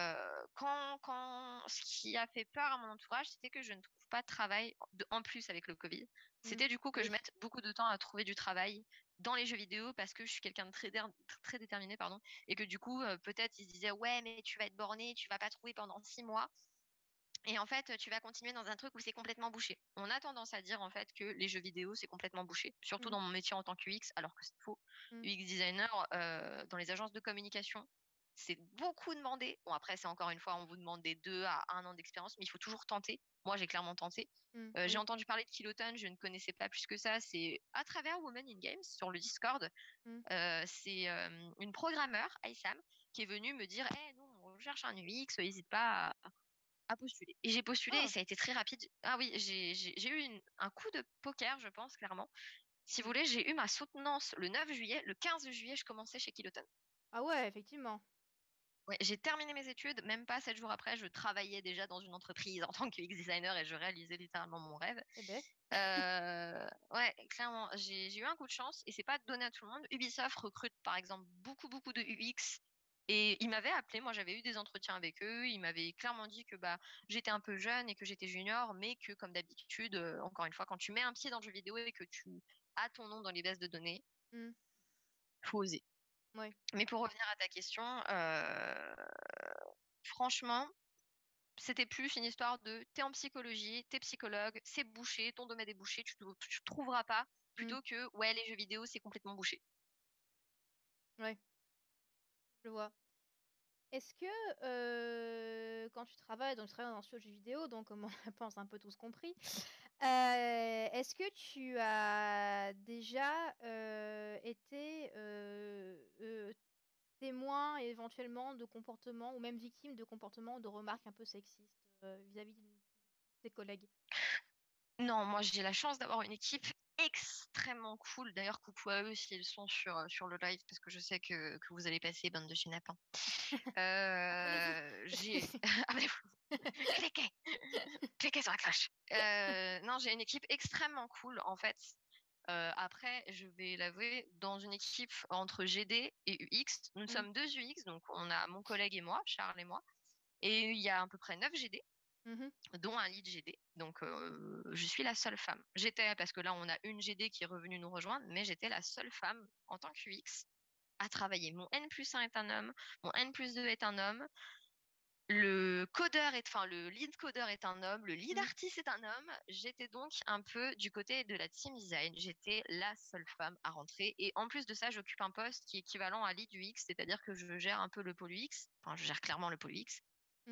ce qui a fait peur à mon entourage, c'était que je ne trouve pas de travail en plus avec le Covid. Mhm. C'était du coup que je Oui. mette beaucoup de temps à trouver du travail dans les jeux vidéo parce que je suis quelqu'un de très déterminé, pardon, et que du coup, peut-être ils se disaient ouais, mais tu vas être borné, tu vas pas trouver pendant 6 mois. Et en fait, tu vas continuer dans un truc où c'est complètement bouché. On a tendance à dire en fait que les jeux vidéo c'est complètement bouché, surtout Mhm, dans mon métier en tant que UX, alors que c'est faux. mhm, UX designer dans les agences de communication, c'est beaucoup demandé. Bon après, c'est encore une fois, on vous demande des 2 à 1 an d'expérience, mais il faut toujours tenter. Moi, j'ai clairement tenté. mhm. J'ai Oui. entendu parler de Kiloton, je ne connaissais pas plus que ça. C'est à travers Women in Games sur le Discord. Mhm, C'est une programmeur, Aïssam, qui est venue me dire, hey, nous, on recherche un UX, n'hésite pas à postuler. Et j'ai postulé et Ah. ça a été très rapide. Ah oui, j'ai eu un coup de poker, je pense, clairement. Si vous Mhm. voulez, j'ai eu ma soutenance le 9 juillet. Le 15 juillet, je commençais chez Kiloton. Ah ouais, effectivement. Ouais, j'ai terminé mes études, même pas 7 jours après, je travaillais déjà dans une entreprise en tant que UX designer et je réalisais littéralement mon rêve. Eh ben. Ouais, clairement, j'ai eu un coup de chance et c'est pas donné à tout le monde. Ubisoft recrute par exemple beaucoup de UX et ils m'avaient appelé, moi j'avais eu des entretiens avec eux, ils m'avaient clairement dit que bah j'étais un peu jeune et que j'étais junior, mais que comme d'habitude, encore une fois, quand tu mets un pied dans le jeu vidéo et que tu as ton nom dans les bases de données, Mhm. faut oser. Ouais. Mais pour revenir à ta question, franchement, c'était plus une histoire de t'es en psychologie, t'es psychologue, c'est bouché, ton domaine est bouché, tu trouveras pas, Mhm. plutôt que ouais, les jeux vidéo, c'est complètement bouché. Ouais, je vois. Est-ce que quand tu travailles dans un studio de jeux vidéo, donc comme on a pense un peu tous compris, est-ce que tu as déjà été témoin éventuellement de comportements ou même victime de comportements ou de remarques un peu sexistes vis-à-vis de tes collègues? Non, moi j'ai la chance d'avoir une équipe extrêmement cool. D'ailleurs, coucou à eux s'ils sont sur le live, parce que je sais que vous allez passer, bande de chenapans. J'ai... Ah, mais cliquez cliquez sur la cloche. Non, j'ai une équipe extrêmement cool, en fait. Après, je vais l'avouer, dans une équipe entre GD et UX, nous sommes 2 UX, donc on a mon collègue et moi, Charles et moi, et il y a à peu près 9 GD, dont un lead GD. Donc, je suis la seule femme. J'étais, parce que là, on a une GD qui est revenue nous rejoindre, mais j'étais la seule femme en tant qu'UX à travailler. Mon N+1 est un homme, mon N+2 est un homme, le lead codeur est un homme, le lead artiste est un homme. J'étais donc un peu du côté de la team design. J'étais la seule femme à rentrer. Et en plus de ça, j'occupe un poste qui est équivalent à lead UX, c'est-à-dire que je gère un peu le pôle UX. Enfin, je gère clairement le pôle UX.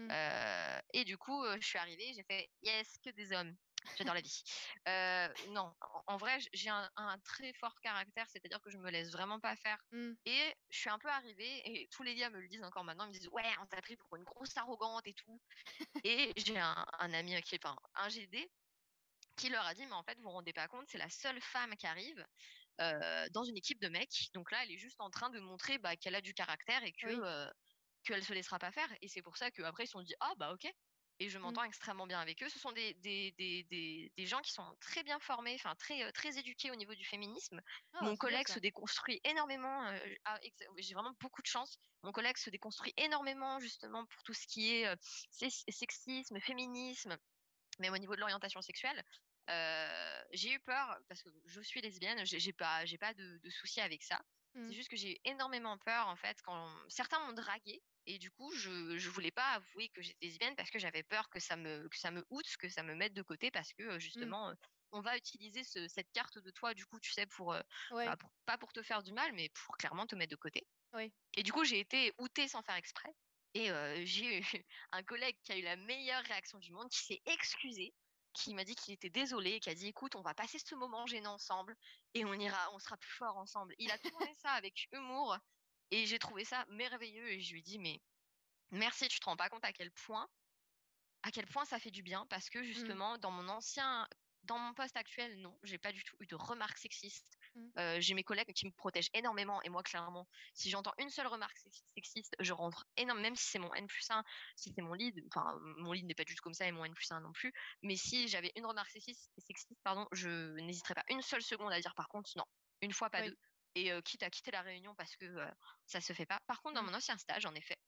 Et du coup, je suis arrivée, j'ai fait yes, que des hommes. J'adore la vie. Non, en vrai, j'ai un très fort caractère, c'est-à-dire que je me laisse vraiment pas faire. Et je suis un peu arrivée, et tous les gars me le disent encore maintenant, ils me disent ouais, on t'a pris pour une grosse arrogante et tout. Et j'ai un ami qui est un GD qui leur a dit mais en fait vous vous rendez pas compte, c'est la seule femme qui arrive dans une équipe de mecs. Donc là, elle est juste en train de montrer qu'elle a du caractère et qu'elle se laissera pas faire. Et c'est pour ça qu'après ils se sont dit ah bah ok. Et je m'entends extrêmement bien avec eux. Ce sont des gens qui sont très bien formés, enfin très éduqués au niveau du féminisme. Mon collègue se déconstruit énormément. J'ai vraiment beaucoup de chance. Mon collègue se déconstruit énormément justement pour tout ce qui est sexisme, féminisme, même au niveau de l'orientation sexuelle. J'ai eu peur parce que je suis lesbienne, j'ai pas de soucis avec ça. C'est juste que j'ai eu énormément peur en fait quand certains m'ont draguée et du coup je voulais pas avouer que j'étais lesbienne parce que j'avais peur que ça me outre, que ça me mette de côté parce que justement on va utiliser cette carte de toi du coup tu sais pour, pas pour te faire du mal mais pour clairement te mettre de côté. Et du coup j'ai été outée sans faire exprès. Et j'ai eu un collègue qui a eu la meilleure réaction du monde, qui s'est excusé, qui m'a dit qu'il était désolé, qui a dit écoute, on va passer ce moment gênant ensemble et on sera plus fort ensemble. Il a tourné ça avec humour et j'ai trouvé ça merveilleux et je lui ai dit mais merci, tu te rends pas compte à quel point ça fait du bien parce que justement dans mon poste actuel, non, j'ai pas du tout eu de remarques sexistes. J'ai mes collègues qui me protègent énormément et moi clairement, si j'entends une seule remarque sexiste, je rentre énorme, même si c'est mon N+1, si c'est mon lead, enfin mon lead n'est pas du tout comme ça et mon N+1 non plus, mais si j'avais une remarque sexiste, pardon, je n'hésiterais pas une seule seconde à dire par contre non, une fois pas deux, et quitte à quitter la réunion parce que ça se fait pas. Par contre dans mon ancien stage en effet,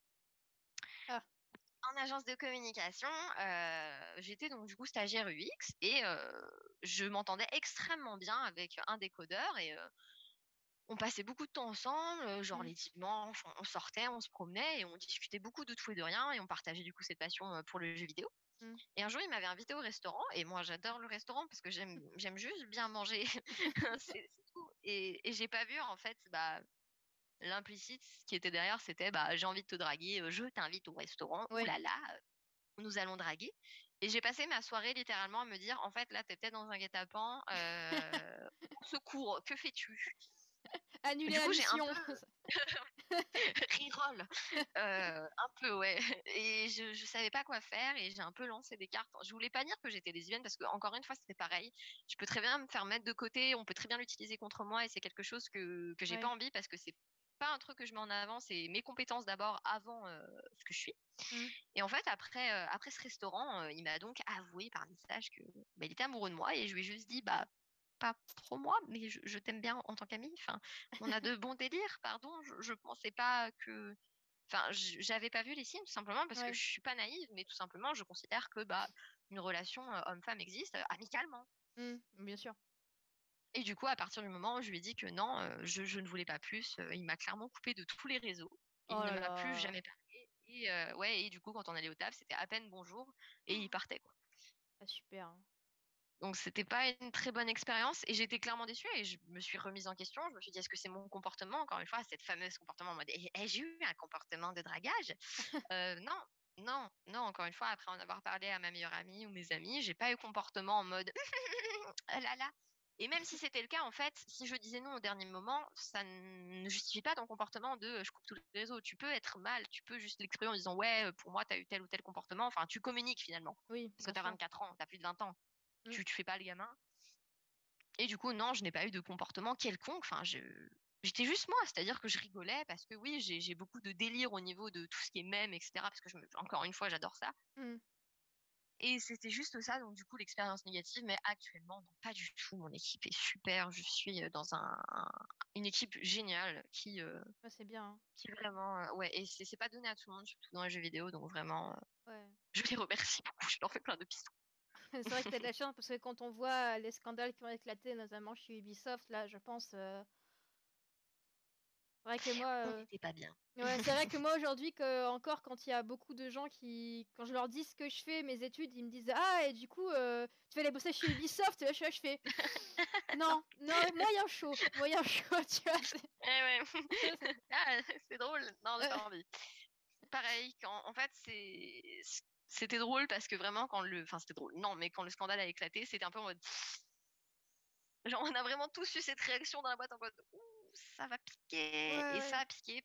en agence de communication, j'étais donc du coup stagiaire UX et je m'entendais extrêmement bien avec un décodeur et on passait beaucoup de temps ensemble, genre les dimanches, on sortait, on se promenait et on discutait beaucoup de tout et de rien et on partageait du coup cette passion pour le jeu vidéo. Et un jour, il m'avait invité au restaurant et moi j'adore le restaurant parce que j'aime juste bien manger, c'est tout. Et j'ai pas vu en fait l'implicite, ce qui était derrière, c'était j'ai envie de te draguer, je t'invite au restaurant, oulala, nous allons draguer. Et j'ai passé ma soirée littéralement à me dire, en fait, là, t'es peut-être dans un guet-apens, au secours, que fais-tu? Annuler Du la coup, j'ai un mission. peu reroll, un peu, ouais. Et je savais pas quoi faire et j'ai un peu lancé des cartes. Je voulais pas dire que j'étais lesbienne parce que encore une fois, c'était pareil. Je peux très bien me faire mettre de côté, on peut très bien l'utiliser contre moi et c'est quelque chose que j'ai pas envie parce que c'est pas un truc que je mets en avant, c'est mes compétences d'abord avant ce que je suis. Et en fait, après ce restaurant, il m'a donc avoué par message que il était amoureux de moi et je lui ai juste dit pas trop moi, mais je t'aime bien en tant qu'amie. Enfin, on a de bons délires, pardon. Je pensais pas que. Enfin, j'avais pas vu les signes tout simplement parce que je suis pas naïve, mais tout simplement, je considère que une relation homme-femme existe amicalement. Bien sûr. Et du coup, à partir du moment où je lui ai dit que non, je ne voulais pas plus, il m'a clairement coupé de tous les réseaux. Il Oh ne là m'a plus là. jamais parlé. Et ouais, et du coup, quand on allait au taf, c'était à peine bonjour et il partait quoi. Ah, super. Donc c'était pas une très bonne expérience et j'étais clairement déçue et je me suis remise en question. Je me suis dit est-ce que c'est mon comportement encore une fois cette fameuse comportement en mode ai-je eu un comportement de dragage? Non, non, non. Encore une fois après en avoir parlé à ma meilleure amie ou mes amis, j'ai pas eu comportement en mode ah là là. Et même si c'était le cas, en fait, si je disais non au dernier moment, ça ne justifie pas ton comportement de je coupe tous les réseaux. Tu peux être mal, tu peux juste l'exprimer en disant ouais, pour moi, tu as eu tel ou tel comportement. Enfin, tu communiques finalement. Oui, Parce que bien tu as sûr. 24 ans, tu as plus de 20 ans. Tu fais pas le gamin. Et du coup, non, je n'ai pas eu de comportement quelconque. Enfin, j'étais juste moi, c'est-à-dire que je rigolais parce que oui, j'ai beaucoup de délire au niveau de tout ce qui est mème, etc. Parce que encore une fois, j'adore ça. Mmh. Et c'était juste ça, donc du coup, l'expérience négative. Mais actuellement, non, pas du tout. Mon équipe est super. Je suis dans une équipe géniale Ouais, c'est bien, hein. qui vraiment, ouais. Et c'est pas donné à tout le monde, surtout dans les jeux vidéo. Donc vraiment, Ouais. je les remercie beaucoup. Je leur fais plein de bisous. C'est vrai que tu as de la chance parce que quand on voit les scandales qui ont éclaté, notamment chez Ubisoft, là, je pense, c'est vrai que moi, On n'était pas bien. ouais, c'est vrai que moi aujourd'hui que encore quand il y a beaucoup de gens qui quand je leur dis ce que je fais, mes études, ils me disent: «Ah et du coup, tu vas aller bosser chez Ubisoft?» Et là, je suis là, je fais: Non. «Non, non, moyen chaud», tu vois? C'est Eh ouais. Ah, c'est drôle. Non, j'ai pas envie. Pareil, en fait, c'était drôle parce que vraiment, enfin, c'était drôle. Non, mais quand le scandale a éclaté, c'était un peu en mode, genre, on a vraiment tous eu cette réaction dans la boîte en mode, ouh, ça va ouais, piquer. Et ça ouais. a piqué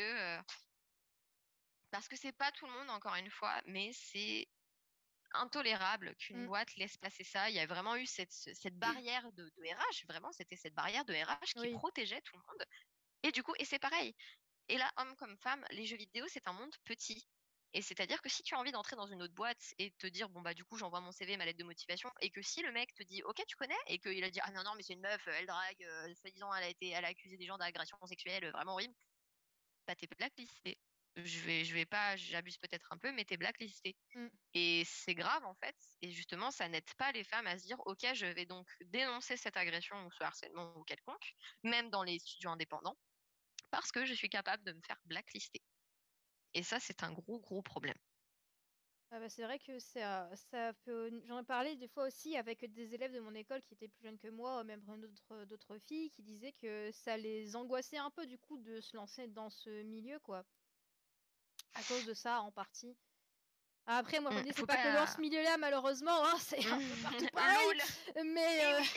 parce que c'est pas tout le monde, encore une fois, mais c'est intolérable qu'une Mmh. boîte laisse passer ça. Il y a vraiment eu cette barrière de RH, vraiment, c'était cette barrière de RH qui Oui. protégeait tout le monde. Et du coup, et c'est pareil. Et là, homme comme femme, les jeux vidéo, c'est un monde petit. Et c'est-à-dire que si tu as envie d'entrer dans une autre boîte et de te dire, bon, bah, du coup, j'envoie mon CV, ma lettre de motivation, et que si le mec te dit, ok, tu connais, et qu'il a dit, ah non, non, mais c'est une meuf, elle drague, soi-disant, elle a accusé des gens d'agression sexuelle, vraiment horrible, bah, t'es blacklisté. Je vais pas, j'abuse peut-être un peu, mais t'es blacklisté. Mmh. Et c'est grave, en fait. Et justement, ça n'aide pas les femmes à se dire, ok, je vais donc dénoncer cette agression ou ce harcèlement ou quelconque, même dans les studios indépendants, parce que je suis capable de me faire blacklister. Et ça, c'est un gros, gros problème. Ah bah, c'est vrai que ça peut j'en ai parlé des fois aussi avec des élèves de mon école qui étaient plus jeunes que moi, ou même d'autres filles qui disaient que ça les angoissait un peu du coup de se lancer dans ce milieu quoi, à cause de ça en partie. Après moi je me dis c'est Faut pas que dans ce pas. milieu-là malheureusement, hein, c'est un peu partout pareil, LOL. mais Eh oui.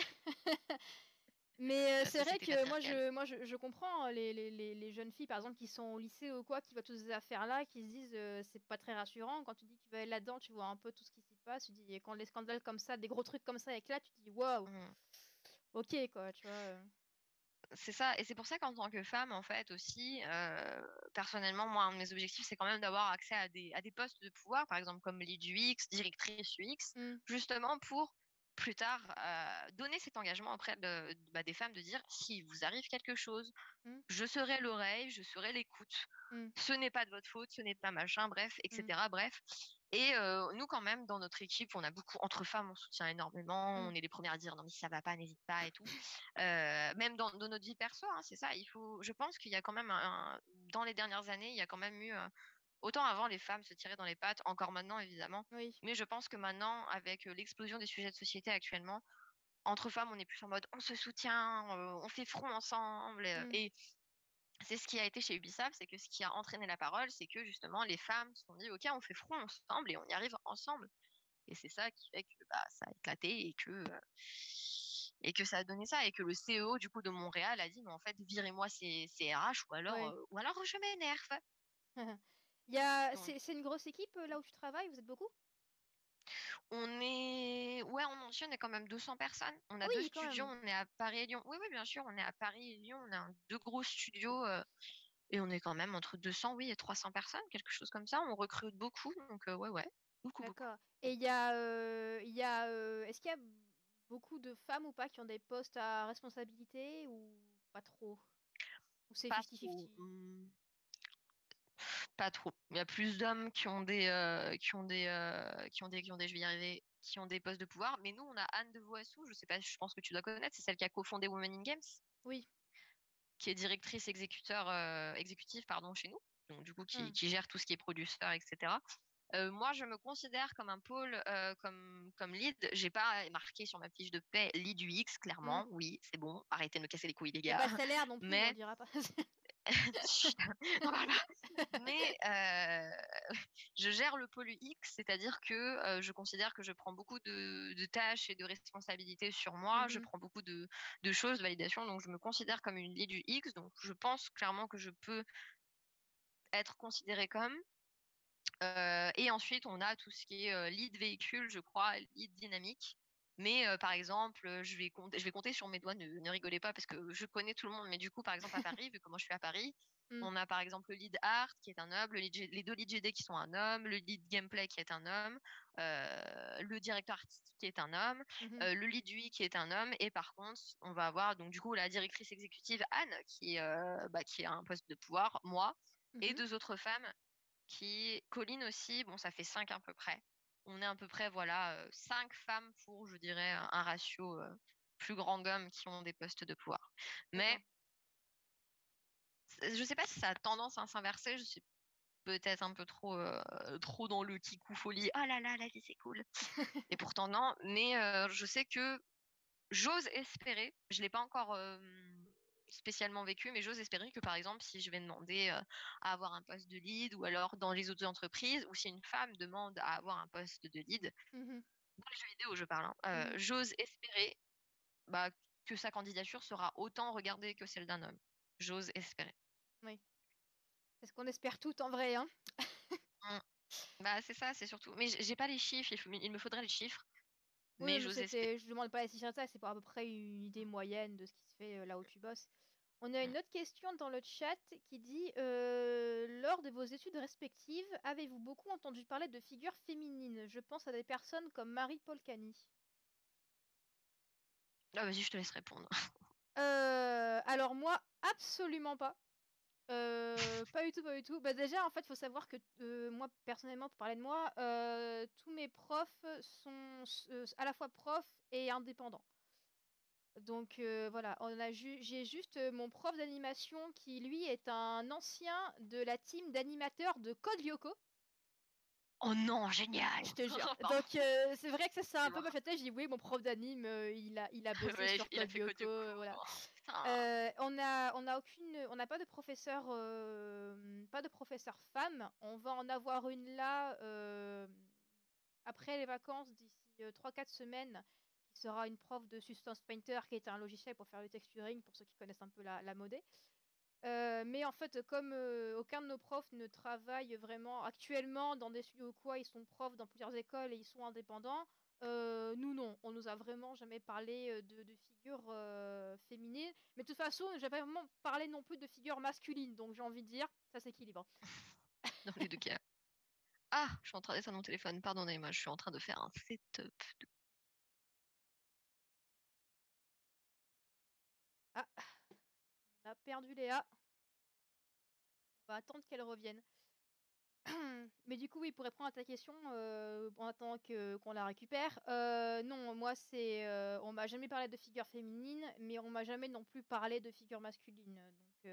mais La c'est vrai société que patriarcale. je comprends hein, les jeunes filles, par exemple, qui sont au lycée ou quoi, qui voient toutes ces affaires-là, qui se disent, c'est pas très rassurant. Quand tu dis que tu vas aller là-dedans, tu vois un peu tout ce qui s'y passe, tu dis et quand les scandales comme ça, des gros trucs comme ça éclatent, tu dis: «Waouh, Mm. OK quoi», tu vois? C'est ça. Et c'est pour ça qu'en tant que femme, en fait, aussi, personnellement, moi, un de mes objectifs, c'est quand même d'avoir accès à des postes de pouvoir, par exemple, comme lead UX, directrice UX, Mmh, justement pour plus tard donner cet engagement auprès bah, des femmes de dire si vous arrive quelque chose, mmh, je serai l'oreille, je serai l'écoute. mmh, Ce n'est pas de votre faute, ce n'est pas machin, bref, mmh, etc. Bref. Et nous, quand même, dans notre équipe, on a beaucoup, entre femmes, on soutient énormément. mmh. On est les premières à dire non, mais si ça va pas, n'hésite pas et tout. Même dans notre vie perso, hein, c'est ça. Je pense qu'il y a quand même dans les dernières années, il y a quand même eu, autant avant, les femmes se tiraient dans les pattes, encore maintenant, évidemment. Oui. Mais je pense que maintenant, avec l'explosion des sujets de société actuellement, entre femmes, on est plus en mode on se soutient, on fait front ensemble. Mmh. Et c'est ce qui a été chez Ubisoft, c'est que ce qui a entraîné la parole, c'est que justement les femmes se sont dit ok, on fait front ensemble et on y arrive ensemble. Et c'est ça qui fait que bah, ça a éclaté et que ça a donné ça et que le CEO du coup de Montréal a dit mais en fait virez-moi ces RH Ouais. ou alors je m'énerve. Il y a Donc c'est une grosse équipe, là où tu travailles? Vous êtes beaucoup? on est ouais on mentionne est quand même 200 personnes. On Ah a deux oui, quand studios, même. on est à Paris et Lyon. Oui oui bien sûr on est à Paris et Lyon. On a deux gros studios. Et on est quand même entre 200, oui, et 300 personnes, quelque chose comme ça. On recrute beaucoup, donc ouais, ouais, beaucoup, beaucoup. D'accord et est-ce qu'il y a beaucoup de femmes ou pas qui ont des postes à responsabilité ou pas trop? Ou c'est Pas 50-50? trop, pas trop. Il y a plus d'hommes je vais y arriver, qui ont des postes de pouvoir. Mais nous, on a Anne de Voissou, je sais pas, je pense que tu dois connaître, c'est celle qui a cofondé Women in Games, Oui. qui est directrice exécutive, pardon, chez nous. Donc, du coup, Mmh. qui gère tout ce qui est producteur, etc. Moi, je me considère comme un pôle, comme lead. J'ai pas marqué sur ma fiche de paie lead UX, Mmh. clairement. Oui, c'est bon. Arrêtez de me casser les couilles, les Il y a gars. pas le salaire non plus, on Mais, dira pas. chut, n'en parle pas. Mais je gère le pôle UX, c'est-à-dire que je considère que je prends beaucoup de tâches et de responsabilités sur moi. Je Mmh. prends beaucoup de choses, validation. Donc, je me considère comme une lead UX. Donc, je pense clairement que je peux être considérée comme. Et ensuite, on a tout ce qui est lead véhicule, je crois, lead dynamique. Mais par exemple, je vais compter sur mes doigts, ne rigolez pas parce que je connais tout le monde. Mais du coup, par exemple, à Paris, vu comment je suis à Paris, Mmh. on a par exemple le lead art qui est un homme, les deux lead GD qui sont un homme, le lead gameplay qui est un homme, le directeur artistique qui est un homme, Mmh. le lead UI qui est un homme. Et par contre, on va avoir donc du coup la directrice exécutive Anne qui a un poste de pouvoir, moi, et Mmh. deux autres femmes qui Colline aussi, bon, ça fait 5 à peu près. On est à peu près, voilà, 5 femmes pour, je dirais, un ratio plus grand d'hommes qui ont des postes de pouvoir. Mais D'accord. je sais pas si ça a tendance à s'inverser, je suis peut-être un peu trop dans le kikou folie. Ah là là, la vie c'est cool. Et pourtant non, mais je sais que j'ose espérer, je l'ai pas encore spécialement vécu, mais j'ose espérer que par exemple, si je vais demander à avoir un poste de lead, ou alors dans les autres entreprises, ou si une femme demande à avoir un poste de lead, Mmh. dans les jeux vidéo, je parle, hein, Mmh. j'ose espérer bah, que sa candidature sera autant regardée que celle d'un homme. J'ose espérer. Oui. C'est ce qu'on espère toutes en vrai, hein. Mm. Bah, c'est ça, c'est surtout. Mais j'ai pas les chiffres, il me faudrait les chiffres, Oui, non, mais mais j'ose espérer. je demande pas si ça, c'est pour à peu près une idée moyenne de ce qui se fait là où tu bosses. On a Mm. une autre question dans le chat qui dit lors de vos études respectives, avez-vous beaucoup entendu parler de figures féminines? Je pense à des personnes comme Marie Polcani. Ah, vas-y, je te laisse répondre. Alors moi, absolument pas. Pas du tout, pas du tout. Bah, déjà, en fait, faut savoir que, moi, personnellement, pour parler de moi, tous mes profs sont à la fois profs et indépendants. Donc voilà, j'ai juste, mon prof d'animation qui, lui, est un ancien de la team d'animateurs de Code Lyoko. Oh non, génial! Je te jure. Pardon, Donc c'est vrai que ça, c'est un peu excusez-moi. ma fierté. Je dis: «Oui, mon prof d'anime, il a bossé Ouais, sur il a Code fait que Lyoko», du coup. voilà. Oh, putain. On n'a pas de professeur, pas de professeur femme. On va en avoir une là, après les vacances d'ici 3-4 semaines, qui sera une prof de Substance Painter, qui est un logiciel pour faire le texturing, pour ceux qui connaissent un peu la modé. Mais en fait, comme aucun de nos profs ne travaille vraiment actuellement dans des studios ou quoi, ils sont profs dans plusieurs écoles et ils sont indépendants. Nous, non, on nous a vraiment jamais parlé de figures féminines. Mais de toute façon, j'ai pas vraiment parlé non plus de figures masculines. Donc j'ai envie de dire, ça s'équilibre. Dans les deux cas. Ah, je suis en train d'éteindre mon téléphone, pardonnez-moi, je suis en train de faire un setup. Ah, on a perdu Léa. On va attendre qu'elle revienne. Mais du coup, oui, pour répondre à ta question, en attendant qu'on la récupère, non, moi, on m'a jamais parlé de figure féminine, mais on m'a jamais non plus parlé de figure masculine. Donc,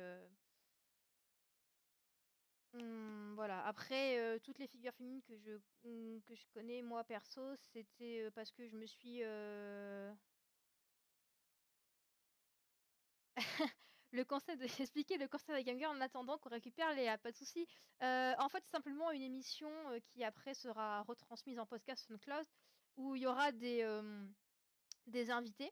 voilà. Après, toutes les figures féminines que je connais, moi, perso, c'était parce que je me suis. Le conseil de expliquer le conseil des Game en attendant qu'on récupère Léa, pas de souci. En fait, c'est simplement une émission qui après sera retransmise en podcast SoundCloud où il y aura des invités,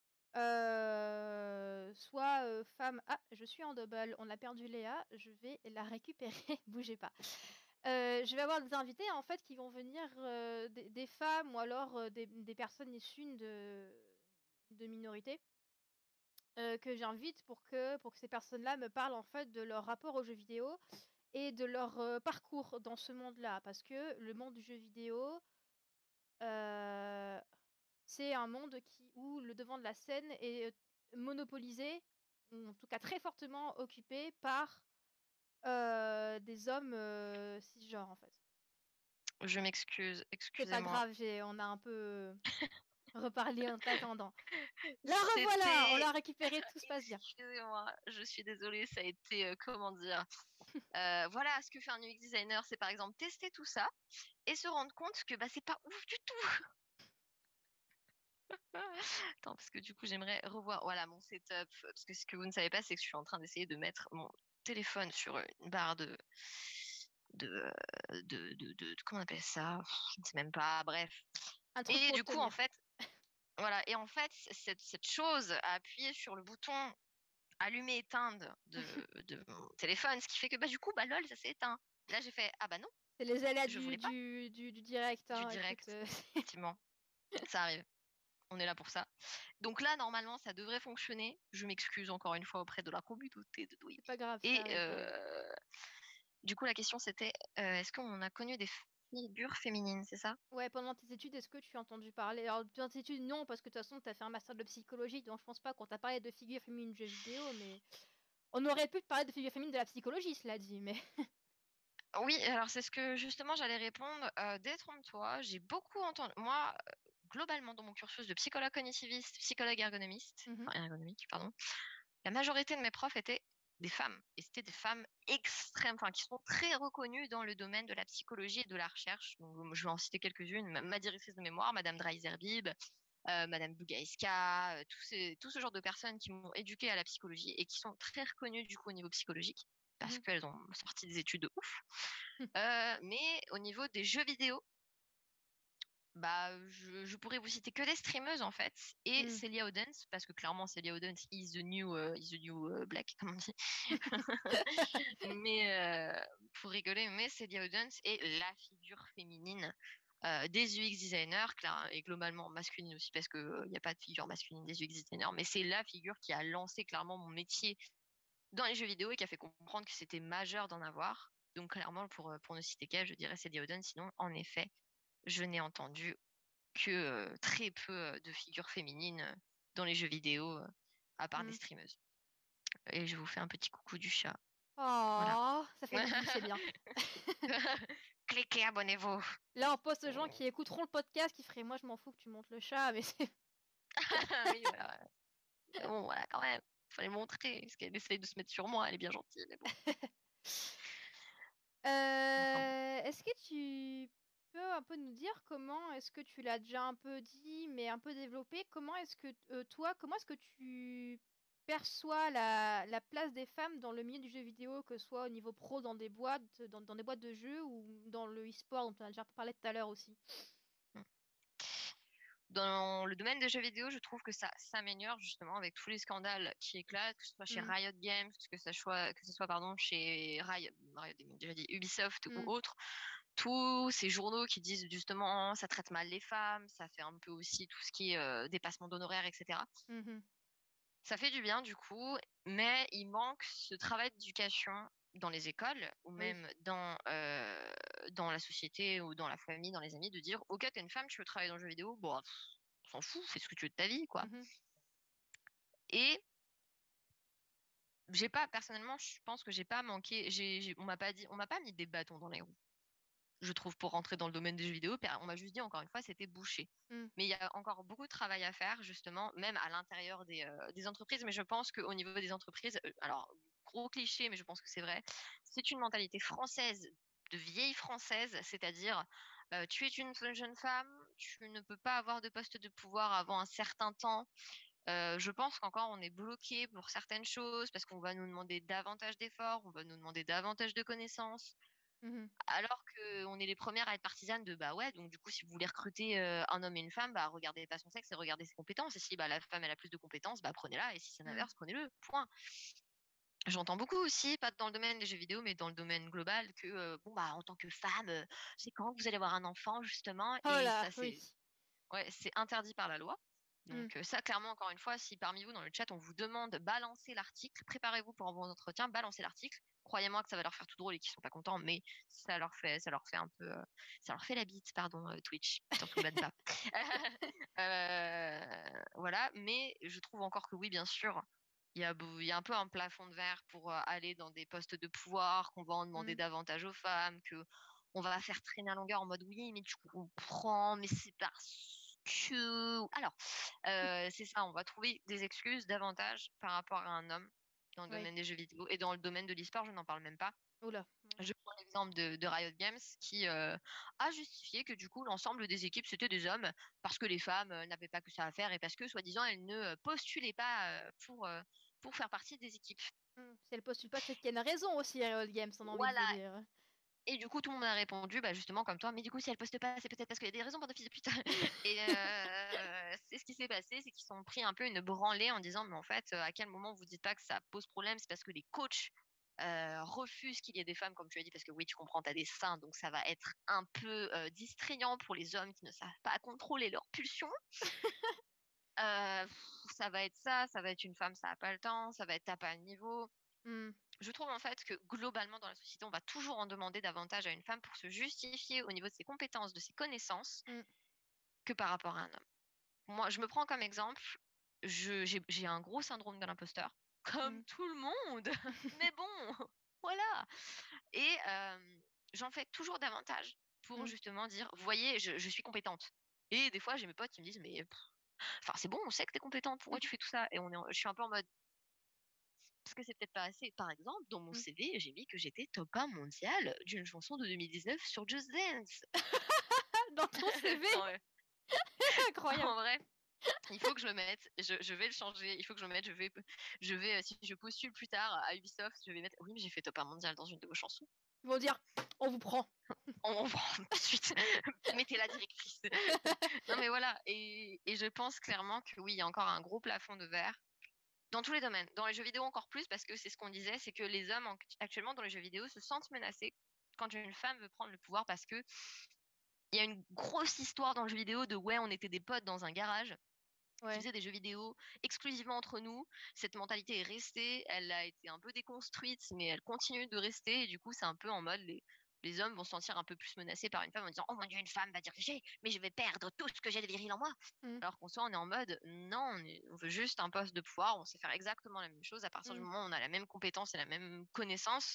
soit femmes. Ah, je suis en double, on a perdu Léa, je vais la récupérer, bougez pas. Je vais avoir des invités en fait qui vont venir, des femmes ou alors des personnes issues de minorités que j'invite pour que ces personnes-là me parlent en fait de leur rapport aux jeux vidéo et de leur parcours dans ce monde-là. Parce que le monde du jeu vidéo, euh, c'est un monde où le devant de la scène est monopolisé, ou en tout cas très fortement occupé par des hommes cisgenres en fait. Je m'excuse, C'est pas excusez-moi. grave, on a un peu reparlé en t'attendant. La revoilà, on C'était. l'a récupéré, tout se passe bien. Excusez-moi, je suis désolée, ça a été, comment dire, voilà, ce que fait un UX designer, c'est par exemple tester tout ça et se rendre compte que bah, c'est pas ouf du tout. Attends, parce que du coup, j'aimerais revoir voilà, mon setup. Parce que ce que vous ne savez pas, c'est que je suis en train d'essayer de mettre mon téléphone sur une barre de, comment on appelle ça? Je ne sais même pas, bref. Un truc Et pour le du coup, en tenir. fait, voilà. Et en fait, cette chose à appuyer sur le bouton allumer éteindre de mon téléphone, ce qui fait que bah, du coup, bah lol, ça s'est éteint. Et là, j'ai fait, ah bah non, C'est les aléas je voulais pas du direct, du hein, écoute. direct, effectivement. Ça arrive. On est là pour ça. Donc là, normalement, ça devrait fonctionner. Je m'excuse encore une fois auprès de la communauté de C'est pas Twitch. grave, ça Et arrive. du coup, la question c'était, est-ce qu'on a connu des figures féminines, c'est ça? Ouais, pendant tes études, est-ce que tu as entendu parler? Alors, pendant tes études, non, parce que de toute façon, tu as fait un master de psychologie, donc je pense pas qu'on t'a parlé de figures féminines de jeux vidéo, mais on aurait pu te parler de figures féminines de la psychologie, cela dit, mais Oui, alors c'est ce que justement j'allais répondre. Détrompe-toi, j'ai beaucoup entendu. Moi, globalement, dans mon cursus de psychologue cognitiviste, psychologue ergonomiste, Mhm, enfin ergonomique, pardon, la majorité de mes profs étaient des femmes. Et c'était des femmes extrêmes, enfin, qui sont très reconnues dans le domaine de la psychologie et de la recherche. Donc, je vais en citer quelques-unes. Ma directrice de mémoire, Madame Dreiser-Bib, Madame Bugaiska, tout ce genre de personnes qui m'ont éduquée à la psychologie et qui sont très reconnues du coup au niveau psychologique parce mhm, qu'elles ont sorti des études de ouf. Mais au niveau des jeux vidéo, bah, je pourrais vous citer que des streameuses en fait et mhm. Celia Odens parce que clairement Celia Odens is the new black comme on dit. Mais pour rigoler, mais Celia Odens est la figure féminine des UX designers, et globalement masculine aussi parce que il n'y a pas de figure masculine des UX designers, mais c'est la figure qui a lancé clairement mon métier dans les jeux vidéo et qui a fait comprendre que c'était majeur d'en avoir. Donc clairement pour ne citer qu'elle, je dirais Celia Odens. Sinon, en effet, je n'ai entendu que très peu de figures féminines dans les jeux vidéo, à part des Mhm. streameuses. Et je vous fais un petit coucou du chat. Voilà. Oh, ça fait du c'est bien. Cliquez, abonnez-vous. Là, on poste aux gens qui écouteront le podcast qui feraient moi je m'en fous que tu montes le chat, mais c'est. Oui, voilà. Mais bon, voilà, quand même. Fallait montrer. Parce qu'elle essaye de se mettre sur moi. Elle est bien gentille, mais bon. Enfin, bon. Est-ce que tu peux un peu nous dire comment est-ce que tu l'as déjà un peu dit, mais un peu développé, comment est-ce que toi, comment est-ce que tu perçois la place des femmes dans le milieu du jeu vidéo, que ce soit au niveau pro dans des boîtes, dans des boîtes de jeux ou dans le e-sport dont on a déjà parlé tout à l'heure aussi? Dans le domaine des jeux vidéo, je trouve que ça s'améliore justement avec tous les scandales qui éclatent, que ce soit chez Mm, Riot Games, que ce soit pardon, chez Riot, déjà dit Ubisoft ou mm, autre. Tous ces journaux qui disent justement ça traite mal les femmes, ça fait un peu aussi tout ce qui est dépassement d'honoraires, etc. mhm. Ça fait du bien du coup, mais il manque ce travail d'éducation dans les écoles ou Oui. même dans la société ou dans la famille, dans les amis, de dire ok, t'es une femme, tu veux travailler dans le jeu vidéo, bon, on s'en fout, fais ce que tu veux de ta vie, quoi. Mhm, Et j'ai pas, personnellement, je pense que j'ai pas manqué, on m'a pas mis des bâtons dans les roues, je trouve, pour rentrer dans le domaine des jeux vidéo. On m'a juste dit, encore une fois, c'était bouché. mm, Mais il y a encore beaucoup de travail à faire, justement, même à l'intérieur des entreprises. Mais je pense qu'au niveau des entreprises, alors, gros cliché, mais je pense que c'est vrai, c'est une mentalité française, de vieille française, c'est-à-dire, tu es une jeune femme, tu ne peux pas avoir de poste de pouvoir avant un certain temps. Je pense qu'encore on est bloqué pour certaines choses parce qu'on va nous demander davantage d'efforts, on va nous demander davantage de connaissances. mhm. Alors qu'on est les premières à être partisanes de bah ouais, donc du coup, si vous voulez recruter un homme et une femme, bah regardez pas son sexe et regardez ses compétences. Et si bah, la femme elle a plus de compétences, bah prenez-la. Et si c'est Mm. l'inverse, prenez-le. Point. J'entends beaucoup aussi, pas dans le domaine des jeux vidéo, mais dans le domaine global, que bon bah en tant que femme, c'est quand que vous allez avoir un enfant justement, Oh et là, ça oui. c'est interdit par la loi. Mm. Donc ça, clairement, encore une fois, si parmi vous dans le chat, on vous demande de balancer l'article, préparez-vous pour vos entretiens, balancez l'article. Croyez-moi que ça va leur faire tout drôle et qu'ils sont pas contents, mais ça leur fait un peu, ça leur fait la bite, pardon, Twitch, surtout banne pas. Voilà, mais je trouve encore que oui, bien sûr, il y a un peu un plafond de verre pour aller dans des postes de pouvoir, qu'on va en demander Mm. davantage aux femmes, que on va faire traîner à longueur en mode oui, mais tu comprends, mais c'est parce que. Alors, c'est ça, on va trouver des excuses davantage par rapport à un homme dans le Oui. domaine des jeux vidéo et dans le domaine de l'e-sport, je n'en parle même pas. Oula. Je prends l'exemple de Riot Games qui a justifié que du coup l'ensemble des équipes c'était des hommes parce que les femmes n'avaient pas que ça à faire et parce que soi-disant elles ne postulaient pas pour faire partie des équipes. Si elle postule pas, c'est qu'il y a une raison aussi à Riot Games, on a envie de Voilà. vous dire. Et du coup, tout le monde a répondu, bah, justement comme toi, mais du coup, si elle poste pas, c'est peut-être parce qu'il y a des raisons, bande de fils de pute. Et c'est ce qui s'est passé, c'est qu'ils sont pris un peu une branlée en disant, mais en fait, à quel moment vous dites pas que ça pose problème? C'est parce que les coachs refusent qu'il y ait des femmes, comme tu as dit, parce que oui, tu comprends, tu as des seins, donc ça va être un peu distrayant pour les hommes qui ne savent pas contrôler leurs pulsions. Ça va être ça va être une femme, ça a pas le temps, ça va être t'as pas le niveau. Mmh. Je trouve en fait que globalement dans la société, on va toujours en demander davantage à une femme pour se justifier au niveau de ses compétences, de ses connaissances, Mmh. que par rapport à un homme. Moi, je me prends comme exemple, j'ai un gros syndrome de l'imposteur, comme Mmh. tout le monde. Mais bon, voilà. Et j'en fais toujours davantage pour Mmh. justement dire, vous voyez, je suis compétente. Et des fois, j'ai mes potes qui me disent, mais enfin, c'est bon, on sait que t'es compétente, pourquoi tu fais tout ça? Et je suis un peu en mode, parce que c'est peut-être pas assez. Par exemple, dans mon Mmh. CV, j'ai mis que j'étais top 1 mondial d'une chanson de 2019 sur Just Dance. Dans ton CV? Non, mais Incroyable. en vrai, il faut que je le mette. Je vais le changer. Il faut que je le mette. Si je postule plus tard à Ubisoft, je vais mettre. Oui, mais j'ai fait top 1 mondial dans une de vos chansons. Ils vont dire: «On vous prend». On prend tout de suite. Mettez la directrice. Non, mais voilà. Et je pense clairement que oui, il y a encore un gros plafond de verre dans tous les domaines. Dans les jeux vidéo encore plus, parce que c'est ce qu'on disait, c'est que les hommes actuellement dans les jeux vidéo se sentent menacés quand une femme veut prendre le pouvoir parce que il y a une grosse histoire dans le jeu vidéo de ouais, on était des potes dans un garage qui Ouais. faisait des jeux vidéo exclusivement entre nous. Cette mentalité est restée, elle a été un peu déconstruite, mais elle continue de rester. Et du coup, c'est un peu en mode les hommes vont se sentir un peu plus menacés par une femme en disant oh mon dieu, une femme va diriger, mais je vais perdre tout ce que j'ai de viril en moi. Mmh. Alors qu'en soi, on est en mode non, on veut juste un poste de pouvoir, on sait faire exactement la même chose à partir du Mmh. moment où on a la même compétence et la même connaissance.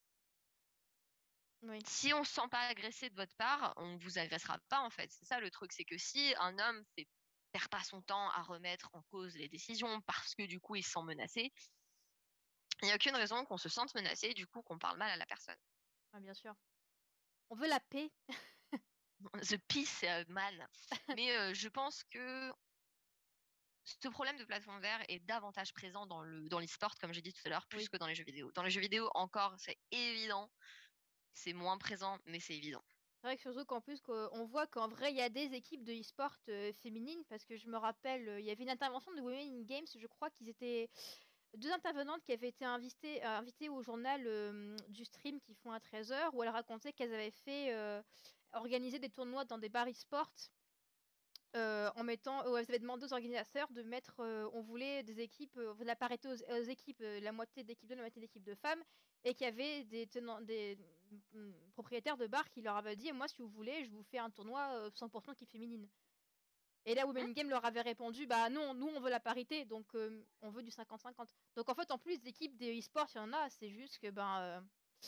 Oui. Si on se sent pas agressé de votre part, on vous agressera pas en fait. C'est ça le truc, c'est que si un homme perd pas son temps à remettre en cause les décisions parce que du coup il se sent menacé, il n'y a aucune raison qu'on se sente menacé, du coup qu'on parle mal à la personne. Ah bien sûr. On veut la paix. The peace man. Mais je pense que ce problème de plafond vert est davantage présent dans l'e-sport, comme j'ai dit tout à l'heure, plus Oui. que dans les jeux vidéo. Dans les jeux vidéo, encore, c'est évident. C'est moins présent, mais c'est évident. C'est vrai que surtout qu'en plus qu'on voit qu'en vrai, il y a des équipes de e-sport, féminines parce que je me rappelle, il y avait une intervention de Women in Games, je crois qu'ils étaient 2 intervenantes qui avaient été invitées au journal, du stream qu'ils font à 13h où elles racontaient qu'elles avaient fait, organiser des tournois dans des bars e-sport, en mettant où elles avaient demandé aux organisateurs de mettre, on voulait des équipes, on voulait la parité aux équipes, la moitié d'équipes d'hommes, la moitié d'équipes de femmes et qu'il y avait propriétaires de bars qui leur avaient dit: «Moi, si vous voulez, je vous fais un tournoi, 100 équipe féminine». Et là, Hmm. Women in Game leur avait répondu: «Bah non, nous on veut la parité, donc on veut du 50-50». Donc en fait, en plus d'équipes de e-sport, il y en a, c'est juste que, ben,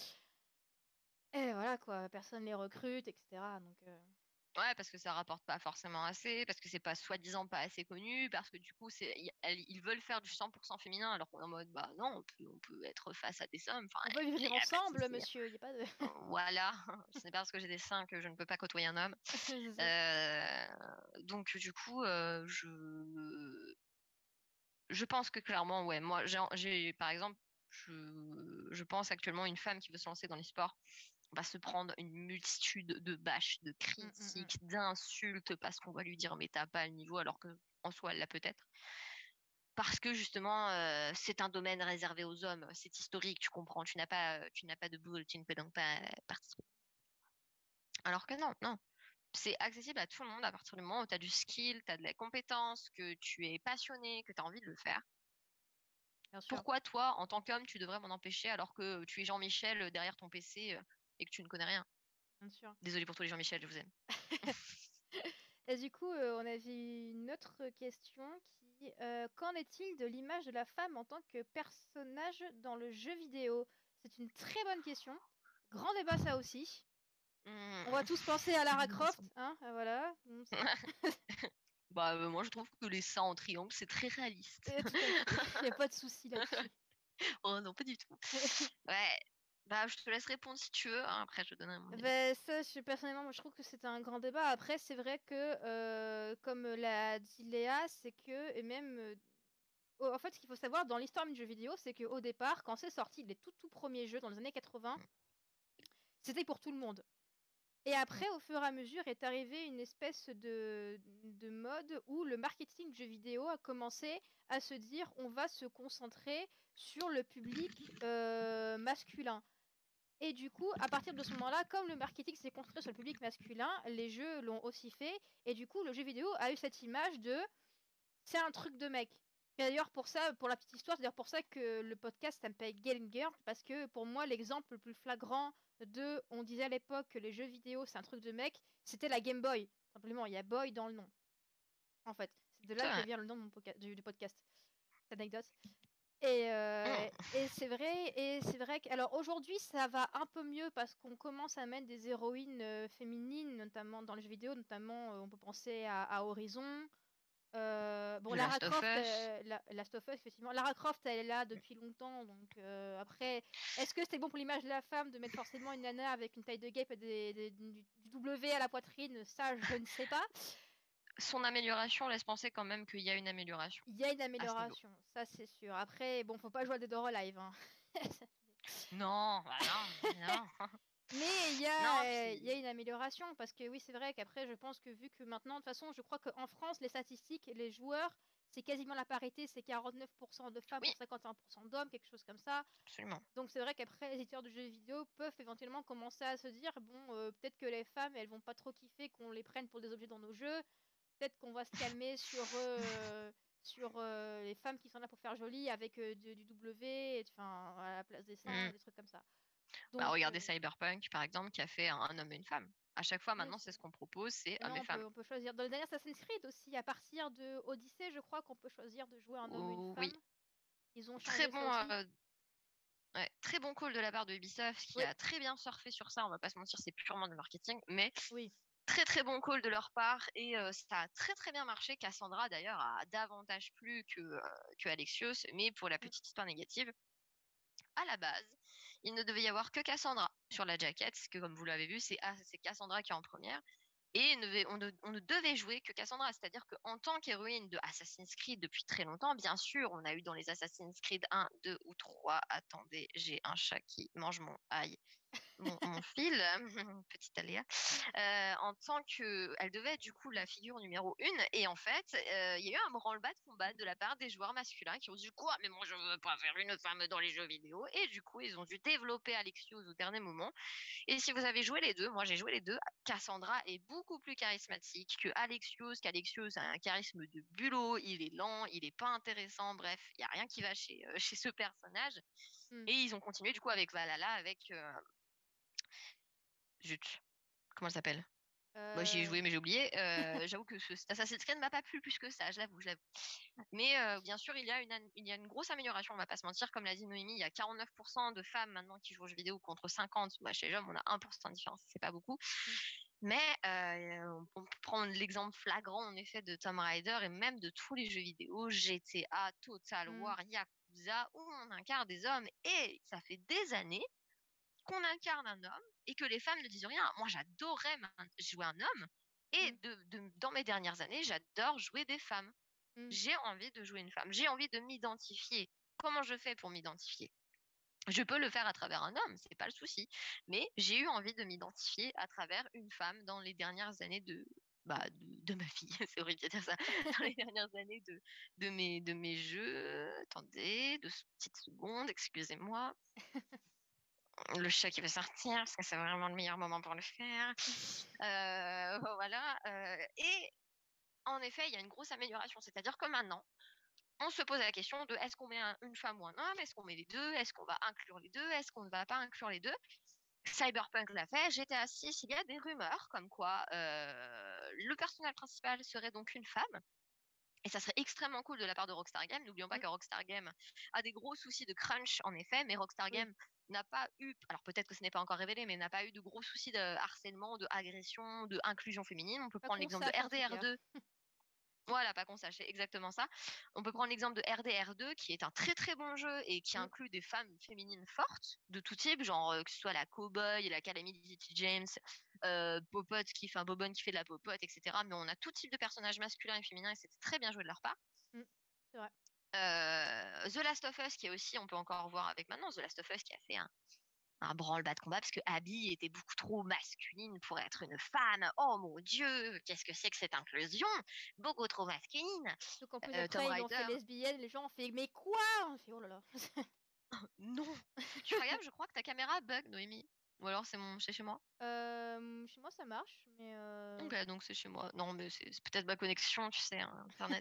voilà quoi, personne les recrute et cetera donc Ouais, parce que ça rapporte pas forcément assez, parce que c'est pas soi-disant pas assez connu, parce que du coup, ils veulent faire du 100% féminin, alors qu'on est en mode, bah non, on peut être face à des hommes, enfin, on veut il vivre y a pas de ensemble souci. monsieur, il y a pas de Voilà, ce n'est pas parce que j'ai des seins que je ne peux pas côtoyer un homme. c'est ça. Euh, donc, du coup, je pense que clairement, ouais, moi, par exemple, je pense actuellement une femme qui veut se lancer dans les sports va se prendre une multitude de bâches, de Mmh, mmh mh. critiques, d'insultes parce qu'on va lui dire mais t'as pas le niveau alors que en soi elle l'a peut-être. Parce que justement c'est un domaine réservé aux hommes, c'est historique, tu comprends, tu n'as pas de boule, tu ne peux donc pas participer. Alors que non, non. C'est accessible à tout le monde à partir du moment où tu as du skill, tu as de la compétence, que tu es passionné, que tu as envie de le faire. Bien sûr, Pourquoi toi, en tant qu'homme, tu devrais m'en empêcher alors que tu es Jean-Michel derrière ton PC et que tu ne connais rien? bien sûr. Désolée pour tous les Jean-Michel, je vous aime. Et du coup, on avait une autre question qui, qu'en est-il de l'image de la femme en tant que personnage dans le jeu vidéo? C'est une très bonne question. Grand débat ça aussi. On va Hmm. tous penser à Lara Croft, hein, voilà. Moi, je trouve que les seins en triangle, c'est très réaliste. Tout à fait, il y a pas de souci là-dessus. Oh non, pas du tout. Ouais, bah, je te laisse répondre si tu veux, hein, après je donnerai mon avis. Beh, ça, personnellement, moi, je trouve que c'est un grand débat. Après, c'est vrai que, comme l'a dit Léa, c'est que et même, en fait, ce qu'il faut savoir dans l'histoire du jeu vidéo, c'est qu'au départ, quand c'est sorti, les tout premiers jeux dans les années 80, c'était pour tout le monde. Et Mm. après, au fur et à mesure, est arrivé une espèce de mode où le marketing jeux vidéo a commencé à se dire: «On va se concentrer sur le public, masculin». Et du coup, à partir de ce moment-là, comme le marketing s'est concentré sur le public masculin, les jeux l'ont aussi fait et du coup, le jeu vidéo a eu cette image de c'est un truc de mec. Et d'ailleurs, pour ça, pour la petite histoire, c'est d'ailleurs pour ça que le podcast s'appelle Game Girl, parce que pour moi, l'exemple le plus flagrant de, on disait à l'époque que les jeux vidéo c'est un truc de mec, c'était la Game Boy. Simplement, il y a Boy dans le nom. En fait, c'est de C'est là que vrai. vient le nom de du podcast. Cette anecdote. Et c'est vrai que, alors aujourd'hui, ça va un peu mieux parce qu'on commence à mettre des héroïnes féminines, notamment dans les jeux vidéo, notamment on peut penser à Horizon. Bon, The Lara Last of Croft, Us. Last of Us, effectivement. Lara Croft, elle est là depuis longtemps, donc après, est-ce que c'est bon pour l'image de la femme de mettre forcément une nana avec une taille de guêpe et du W à la poitrine? Ça, je ne sais pas. Son amélioration laisse penser quand même qu'il y a une amélioration Il y a une à ce niveau. amélioration, ça c'est sûr. Après, bon, faut pas jouer à Dead or Alive, hein. Non, bah non, non. Mais Non, il y a puis une amélioration parce que oui, c'est vrai qu'après, je pense que vu que maintenant, de toute façon, je crois qu'en France, les statistiques, les joueurs, c'est quasiment la parité, c'est 49% de femmes oui, pour 51% d'hommes, quelque chose comme ça. absolument. Donc c'est vrai qu'après, les éditeurs de jeux vidéo peuvent éventuellement commencer à se dire, bon, peut-être que les femmes, elles vont pas trop kiffer qu'on les prenne pour des objets dans nos jeux. Peut-être qu'on va se calmer sur les femmes qui sont là pour faire joli avec du W, enfin, à la place des seins Mm. et des trucs comme ça. Bah, Donc, regardez Cyberpunk, par exemple, qui a fait un homme et une femme. À chaque fois, oui, maintenant, c'est c'est ce vrai. qu'on propose, c'est homme Maintenant, et femme. on peut choisir. Dans les derniers Assassin's Creed aussi, à partir de Odyssey, je crois qu'on peut choisir de jouer un homme ou une Oh, femme. oui, Ils ont très changé ça bon, aussi. ouais, très bon call de la part de Ubisoft, qui Oui, a très bien surfé sur ça. On va pas se mentir, c'est purement du marketing, mais oui. très très bon call de leur part et ça a très très bien marché. Cassandra d'ailleurs a davantage plu que Alexios, mais pour la Mm. petite histoire négative, à la base, il ne devait y avoir que Cassandra sur la jaquette, parce que comme vous l'avez vu, c'est Cassandra qui est en première. Et on ne devait jouer que Cassandra, c'est-à-dire qu'en tant qu'héroïne de Assassin's Creed depuis très longtemps, bien sûr, on a eu dans les Assassin's Creed 1, 2 ou 3, attendez, j'ai un chat qui mange mon ail, mon fil, petit aléa, en tant que, elle devait être du coup la figure numéro 1, et en fait, il y a eu un branle-bas de combat de la part des joueurs masculins qui ont dit quoi, mais moi je veux pas faire une femme dans les jeux vidéo, et du coup ils ont dû développer Alexios au dernier moment. Et si vous avez joué les deux, moi j'ai joué les deux, Cassandra est beaucoup plus charismatique que Alexios, qu'Alexios a un charisme de bulot, il est lent, il est pas intéressant, bref, il y a rien qui va chez ce personnage. Mm. Et ils ont continué du coup avec Valhalla, avec zut, comment elle s'appelle? Moi j'y ai Euh, joué mais j'ai oublié. J'avoue que cet Assassin's Creed ne m'a pas plu plus que ça, je l'avoue, je l'avoue. Mais bien sûr, il y a une grosse amélioration, on va pas se mentir. Comme l'a dit Noémie, il y a 49% de femmes maintenant qui jouent aux jeux vidéo contre 50. Bah, chez les hommes, on a 1% de différence, c'est pas beaucoup. mm. Mais on peut prendre l'exemple flagrant en effet de Tomb Raider et même de tous les jeux vidéo, GTA, Total Mm. War, Yakuza, où on incarne des hommes. Et ça fait des années qu'on incarne un homme et que les femmes ne disent rien. Moi, j'adorais jouer un homme et Mm. dans mes dernières années, j'adore jouer des femmes. Mm. J'ai envie de jouer une femme. J'ai envie de m'identifier. Comment je fais pour m'identifier? Je peux le faire à travers un homme, c'est pas le souci. Mais j'ai eu envie de m'identifier à travers une femme dans les dernières années de ma vie. C'est horrible de dire ça. Dans les dernières années de mes jeux. Attendez, 2 petites secondes, excusez-moi. Le chat qui veut sortir, parce que c'est vraiment le meilleur moment pour le faire. Voilà. Et en effet, il y a une grosse amélioration. C'est-à-dire que maintenant, on se pose la question de est-ce qu'on met une femme ou un homme? Est-ce qu'on met les deux? Est-ce qu'on va inclure les deux? Est-ce qu'on ne va pas inclure les deux? Cyberpunk l'a fait, GTA 6, il y a des rumeurs comme quoi le personnage principal serait donc une femme. Et ça serait extrêmement cool de la part de Rockstar Games. N'oublions pas Mm. que Rockstar Games a des gros soucis de crunch, en effet, mais Rockstar Oui, Games n'a pas eu, alors peut-être que ce n'est pas encore révélé, mais n'a pas eu de gros soucis de harcèlement, de agression, de inclusion féminine. On peut pas prendre qu'on l'exemple de sache en tout cas. RDR2. Voilà, pas qu'on sache, c'est exactement ça. On peut prendre l'exemple de RDR2, qui est un très très bon jeu et qui Mm. inclut des femmes féminines fortes de tout type, genre que ce soit la Cowboy, la Calamity James, Popote Bobonne qui fait de la popote, etc. Mais on a tout type de personnages masculins et féminins et c'était très bien joué de leur part. Mm. C'est vrai. The Last of Us, qui est aussi, on peut encore voir avec maintenant, The Last of Us qui a fait un branle-bas de combat parce que Abby était beaucoup trop masculine pour être une femme. Oh mon Dieu, qu'est-ce que c'est que cette inclusion? Beaucoup trop masculine. Surtout qu'en plus Tomb après ils l'ont fait Raider, lesbienne, les gens ont fait mais quoi? On fait oh là là. non. Tu regardes, je crois que ta caméra bug, Noémie. Ou alors c'est chez moi. Chez moi ça marche, mais Ok, donc c'est chez moi. Non, mais c'est peut-être ma connexion, tu sais, hein, Internet.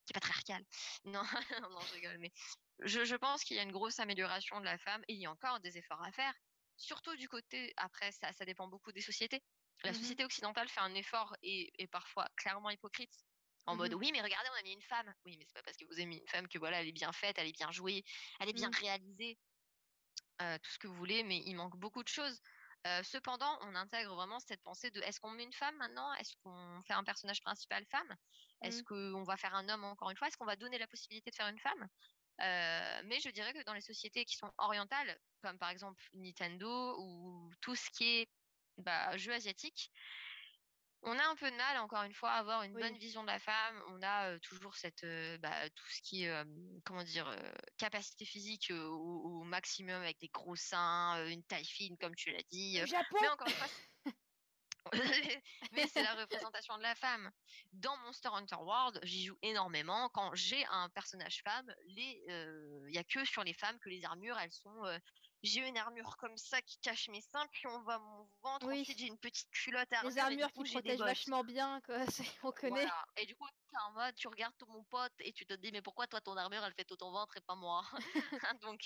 qui est patriarcal. Non, non, je rigole, mais je pense qu'il y a une grosse amélioration de la femme et il y a encore des efforts à faire. Surtout du côté, après, ça dépend beaucoup des sociétés. La Mhm, société occidentale fait un effort et parfois clairement hypocrite. En mode, mhm, oui, mais regardez, on a mis une femme. Oui, mais c'est pas parce que vous avez mis une femme que voilà, elle est bien faite, elle est bien jouée, elle est bien mhm. réalisée, tout ce que vous voulez, mais il manque beaucoup de choses. Cependant, on intègre vraiment cette pensée de est-ce qu'on met une femme maintenant? Est-ce qu'on fait un personnage principal femme? Est-ce Mm. qu'on va faire un homme encore une fois? Est-ce qu'on va donner la possibilité de faire une femme? Mais je dirais que dans les sociétés qui sont orientales, comme par exemple Nintendo ou tout ce qui est jeux asiatiques, on a un peu de mal, encore une fois, à avoir une bonne Oui, vision de la femme. On a toujours tout ce qui est, comment dire, capacité physique au maximum avec des gros seins, une taille fine, comme tu l'as dit. le Japon. Mais encore une fois, mais c'est la représentation de la femme. Dans Monster Hunter World, j'y joue énormément. Quand j'ai un personnage femme, il y a que sur les femmes que les armures, elles sont. J'ai une armure comme ça qui cache mes seins, puis on voit mon ventre. Oui, Ensuite, j'ai une petite culotte les armure et du armures qui coup, j'ai des protègent bottes. vachement bien, quoi. On connaît. Voilà. Et du coup, t'es en mode, tu regardes mon pote et tu te dis, mais pourquoi toi, ton armure, elle fait tout ton ventre et pas moi? Donc,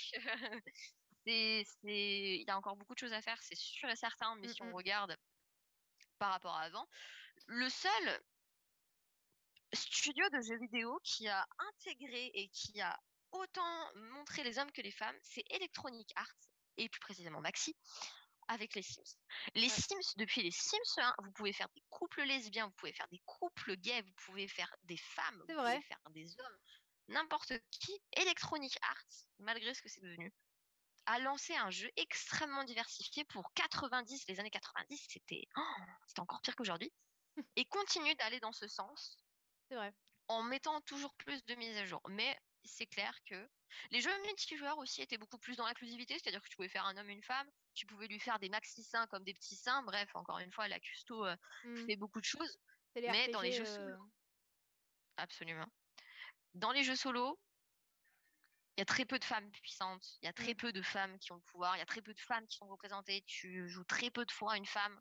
il y a encore beaucoup de choses à faire, c'est sûr et certain, mais Mm, si on mm. regarde par rapport à avant, le seul studio de jeux vidéo qui a intégré et qui a autant montré les hommes que les femmes, c'est Electronic Arts, et plus précisément Maxi, avec les Sims. Les Ouais, Sims, depuis les Sims 1, vous pouvez faire des couples lesbiens, vous pouvez faire des couples gays, vous pouvez faire des femmes, c'est vous pouvez vrai. faire des hommes, n'importe qui. Electronic Arts, malgré ce que c'est devenu, a lancé un jeu extrêmement diversifié pour 90. Les années 90, c'était encore pire qu'aujourd'hui, et continue d'aller dans ce sens C'est vrai. en mettant toujours plus de mises à jour. Mais c'est clair que les jeux multijoueurs aussi étaient beaucoup plus dans l'inclusivité, c'est-à-dire que tu pouvais faire un homme, une femme, tu pouvais lui faire des maxi seins comme des petits seins. Bref, encore une fois, la custo Mm. fait beaucoup de choses. C'est les Mais dans les RPG. jeux solo, absolument. Dans les jeux solo, il y a très peu de femmes puissantes, il y a très Mm. peu de femmes qui ont le pouvoir, il y a très peu de femmes qui sont représentées. Tu joues très peu de fois une femme.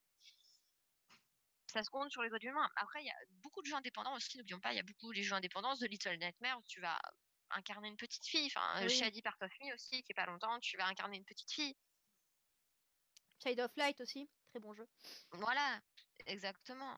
Ça se compte sur les doigts d'une main. Après, il y a beaucoup de jeux indépendants aussi, n'oublions pas, il y a beaucoup de jeux indépendants, de Little Nightmares, où tu vas incarner une petite fille. Enfin, Oui. Shady Part of Me aussi, qui est pas longtemps, tu vas incarner une petite fille. Child of Light aussi. Très bon jeu. Voilà, exactement.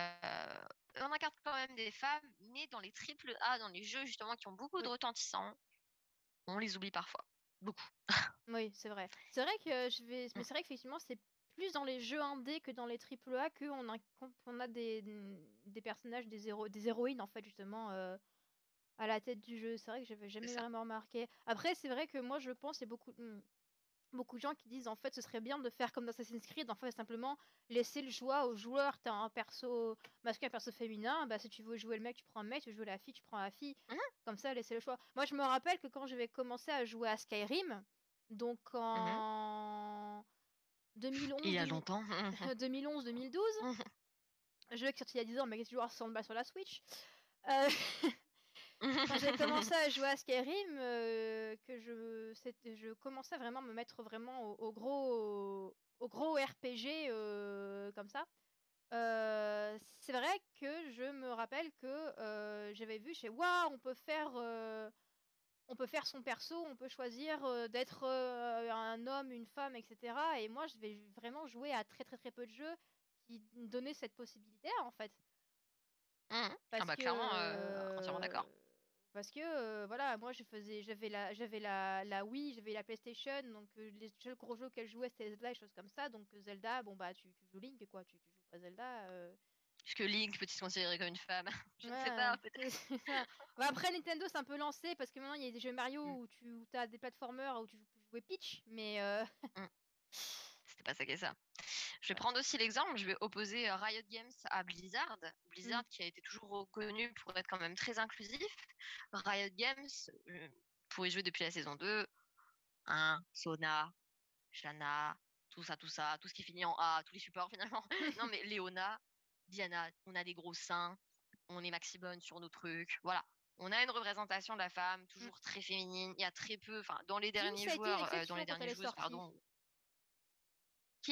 On incarne quand même des femmes, mais dans les triple A, dans les jeux justement qui ont beaucoup de Oui. retentissants, on les oublie parfois. Beaucoup. Oui, c'est vrai. C'est vrai que je vais. Mais c'est vrai qu'effectivement, c'est plus dans les jeux indés que dans les triple A qu'on a des personnages, des héroïnes, en fait, justement, à la tête du jeu. C'est vrai que j'avais C'est jamais ça. vraiment remarqué. Après, c'est vrai que moi, je pense, et beaucoup de gens qui disent, en fait, ce serait bien de faire comme dans Assassin's Creed, en fait, simplement laisser le choix aux joueurs. T'as un perso masculin, un perso féminin. Bah, si tu veux jouer le mec, tu prends le mec. Tu veux jouer la fille, tu prends la fille. Mhm, Comme ça, laisser le choix. Moi, je me rappelle que quand j'avais commencé à jouer à Skyrim, donc mhm. en Il 2011, y a longtemps. 2011-2012, Mhm, jeu qui est sorti il y a 10 ans, mais qui est toujours à 60 balles sur la Switch. Euh, Quand j'ai commencé à jouer à Skyrim, je commençais vraiment à me mettre vraiment au gros RPG comme ça. C'est vrai que je me rappelle que j'avais vu chez Waouh, on peut faire son perso, on peut choisir d'être un homme, une femme, etc. Et moi, je vais vraiment jouer à très très très peu de jeux qui me donnaient cette possibilité-là, en fait. mhm. Ah Parce bah que clairement, entièrement d'accord. voilà, moi j'avais la Wii, j'avais la PlayStation, donc les seuls gros jeux qu'elle jouait c'était Zelda et choses comme ça. Donc Zelda, bon bah tu joues Link quoi, tu joues pas Zelda. Est-ce que Link peut-il se considérer comme une femme? Je ne sais Ouais, pas, peut-être. c'est ça. Bah, après Nintendo c'est un peu lancé parce que maintenant il y a des jeux Mario Mm, où t'as des platformers où tu peux jouer Peach, mais mm. C'était pas ça qu'est ça. Je vais ouais. prendre aussi l'exemple, je vais opposer Riot Games à Blizzard. Mm, Blizzard qui a été toujours reconnu pour être quand même très inclusif. Riot Games, pour y jouer depuis la saison 2, hein, Sona, Shanna, tout ça, tout ce qui finit en A, tous les supports finalement. Non mais Léona, Diana, on a des gros seins, on est maxi bonne sur nos trucs, voilà. On a une représentation de la femme mm. toujours très féminine. Il y a très peu, enfin dans les Jinx derniers a été une joueurs, dans exception les quand elle dernières est joueuses, sortie. pardon. Qui?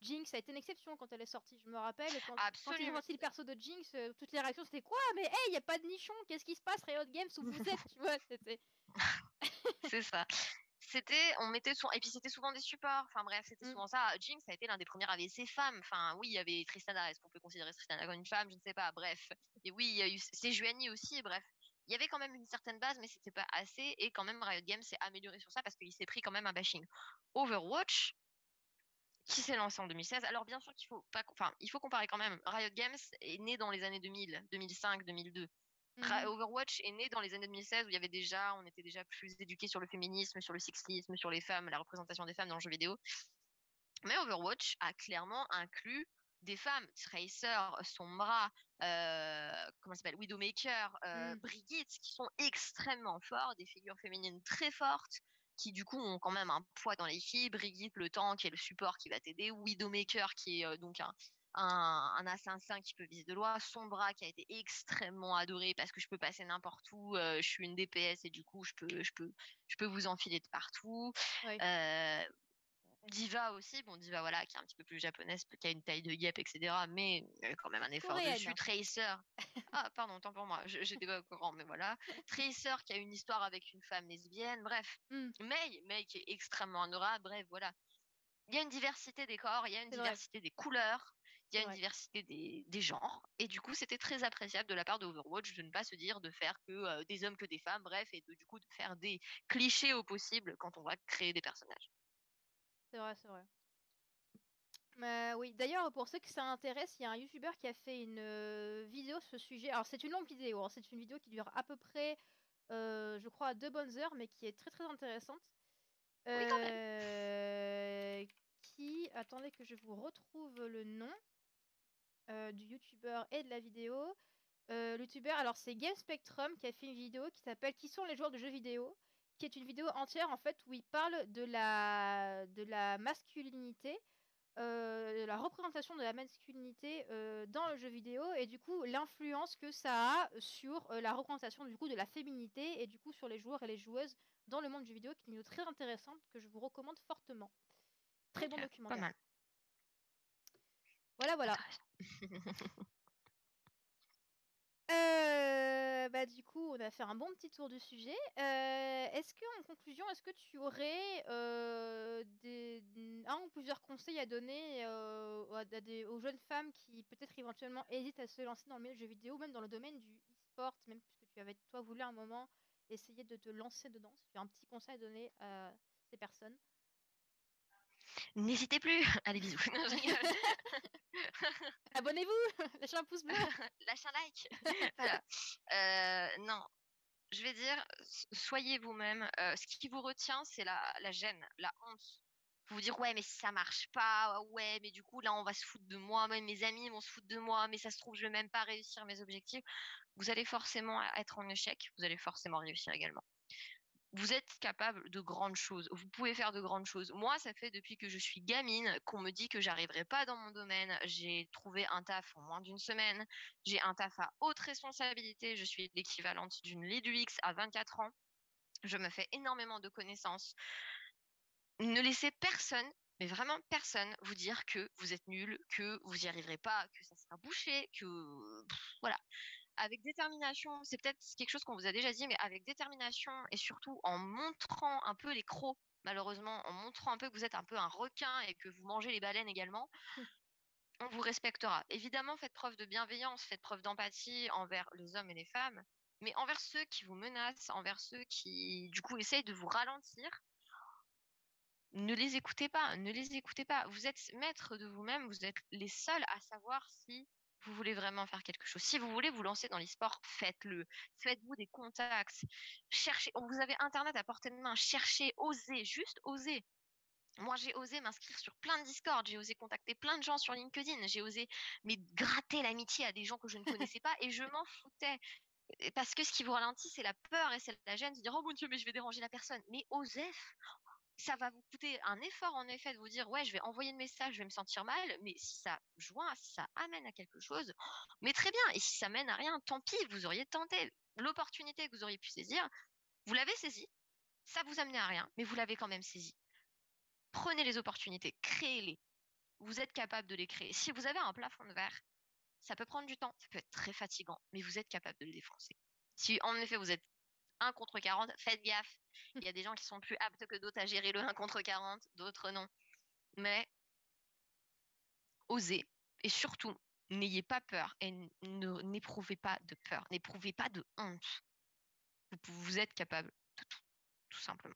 Jinx a été une exception quand elle est sortie. Je me rappelle quand ils ont Absolument. sorti le perso de Jinx, toutes les réactions c'était quoi? Mais hey, y a pas de nichon, qu'est-ce qui se passe, Riot Games, où vous êtes, tu vois? C'était. C'est ça. On mettait et puis c'était souvent des supports. Enfin bref, c'était Mm. souvent ça. Jinx a été l'un des premiers AVC femmes. Enfin oui, il y avait Tristana. Est-ce qu'on peut considérer Tristana comme une femme? Je ne sais pas. Bref. Et oui, il y a eu Sejuani aussi. Bref. Il y avait quand même une certaine base, mais c'était pas assez. Et quand même, Riot Games s'est amélioré sur ça parce qu'il s'est pris quand même un bashing. Overwatch, qui s'est lancé en 2016. Alors bien sûr qu'il faut pas, enfin, il faut comparer quand même. Riot Games est né dans les années 2000, 2005, 2002. Mhm. Overwatch est né dans les années 2016 où on était déjà plus éduqués sur le féminisme, sur le sexisme, sur les femmes, la représentation des femmes dans le jeu vidéo. Mais Overwatch a clairement inclus des femmes, Tracer, Sombra, comment ça s'appelle, Widowmaker, Mm. Brigitte, qui sont extrêmement forts, des figures féminines très fortes, qui du coup ont quand même un poids dans l'équipe. Brigitte, le tank et le support qui va t'aider. Widowmaker, qui est donc un assassin qui peut viser de loin. Sombra, qui a été extrêmement adoré parce que je peux passer n'importe où. Je suis une DPS et du coup, je peux vous enfiler de partout. Ouais. Euh, Diva aussi, bon Diva voilà, qui est un petit peu plus japonaise, qui a une taille de guêpe, etc. Mais quand même un effort dessus. Coréenne. Tracer, ah pardon, tant pour moi, j'étais pas au courant, mais voilà. Tracer qui a une histoire avec une femme lesbienne, bref. Mm. May qui est extrêmement adorable, bref voilà. Il y a une diversité des corps, il y a une C'est vrai, diversité des couleurs, il y c'est a une vrai. diversité des genres, et du coup c'était très appréciable de la part de Overwatch de ne pas se dire de faire que des hommes que des femmes, bref, et du coup de faire des clichés au possible quand on va créer des personnages. C'est vrai, c'est vrai. Oui, d'ailleurs, pour ceux que ça intéresse, il y a un YouTuber qui a fait une vidéo sur ce sujet. Alors, c'est une longue vidéo, hein, c'est une vidéo qui dure à peu près, je crois, 2 bonnes heures, mais qui est très très intéressante. Oui quand même. Attendez que je vous retrouve le nom du YouTuber et de la vidéo. Le YouTuber, alors c'est Game Spectrum qui a fait une vidéo qui s'appelle Qui sont les joueurs de jeux vidéo? Qui est une vidéo entière en fait où il parle de la masculinité, la représentation de la masculinité dans le jeu vidéo et du coup l'influence que ça a sur la représentation du coup de la féminité et du coup sur les joueurs et les joueuses dans le monde du vidéo, qui est une vidéo très intéressante que je vous recommande fortement. Très bon Ok, pas documentaire. mal. Voilà, voilà. Intéressant. Du coup, on a fait un bon petit tour du sujet. Est-ce que, en conclusion, est-ce que tu aurais un ou plusieurs conseils à donner aux jeunes femmes qui peut-être éventuellement hésitent à se lancer dans le milieu du jeu vidéo, ou même dans le domaine du e-sport, même puisque tu avais toi voulu à un moment essayer de te lancer dedans? Si tu as un petit conseil à donner à ces personnes. N'hésitez plus. Allez, bisous. Non, je rigole. Abonnez-vous, lâchez un pouce bleu. Lâchez un like. Voilà. Non, je vais dire, soyez vous-même. Ce qui vous retient, c'est la gêne, la honte. Vous dire, ouais, mais si ça marche pas, ouais, mais du coup, là, on va se foutre de moi, même mes amis vont se foutre de moi, mais ça se trouve, je vais même pas réussir mes objectifs. Vous allez forcément être en échec, vous allez forcément réussir également. Vous êtes capable de grandes choses. Vous pouvez faire de grandes choses. Moi, ça fait depuis que je suis gamine qu'on me dit que j'arriverai pas dans mon domaine. J'ai trouvé un taf en moins d'une semaine. J'ai un taf à haute responsabilité. Je suis l'équivalente d'une lead UX à 24 ans. Je me fais énormément de connaissances. Ne laissez personne, mais vraiment personne, vous dire que vous êtes nul, que vous n'y arriverez pas, que ça sera bouché, que voilà. Avec détermination, c'est peut-être quelque chose qu'on vous a déjà dit, mais avec détermination et surtout en montrant un peu les crocs, malheureusement, en montrant un peu que vous êtes un peu un requin et que vous mangez les baleines également, on vous respectera. Évidemment, faites preuve de bienveillance, faites preuve d'empathie envers les hommes et les femmes, mais envers ceux qui vous menacent, envers ceux qui, du coup, essayent de vous ralentir, ne les écoutez pas, ne les écoutez pas. Vous êtes maître de vous-même, vous êtes les seuls à savoir si vous voulez vraiment faire quelque chose. Si vous voulez vous lancer dans l'e-sport, faites-le. Faites-vous des contacts. Cherchez, vous avez Internet à portée de main. Cherchez, osez, juste osez. Moi, j'ai osé m'inscrire sur plein de Discord, j'ai osé contacter plein de gens sur LinkedIn, j'ai osé mais gratter l'amitié à des gens que je ne connaissais pas et je m'en foutais. Parce que ce qui vous ralentit, c'est la peur et c'est la gêne de dire oh mon Dieu, mais je vais déranger la personne. Mais osez, ça va vous coûter un effort en effet de vous dire ouais je vais envoyer le message, je vais me sentir mal, mais si ça joint, si ça amène à quelque chose, mais très bien, et si ça mène à rien, tant pis, vous auriez tenté. L'opportunité que vous auriez pu saisir, vous l'avez saisie, ça vous amenait à rien, mais vous l'avez quand même saisie. Prenez les opportunités, créez-les. vous êtes capable de les créer. Si vous avez un plafond de verre, ça peut prendre du temps, ça peut être très fatigant, mais vous êtes capable de le défoncer. Si en effet vous êtes 1 contre 40, faites gaffe. Il y a des gens qui sont plus aptes que d'autres à gérer le 1 contre 40, d'autres non. Mais osez. Et surtout, n'ayez pas peur et n'éprouvez pas de peur, n'éprouvez pas de honte. Vous êtes capable de tout simplement.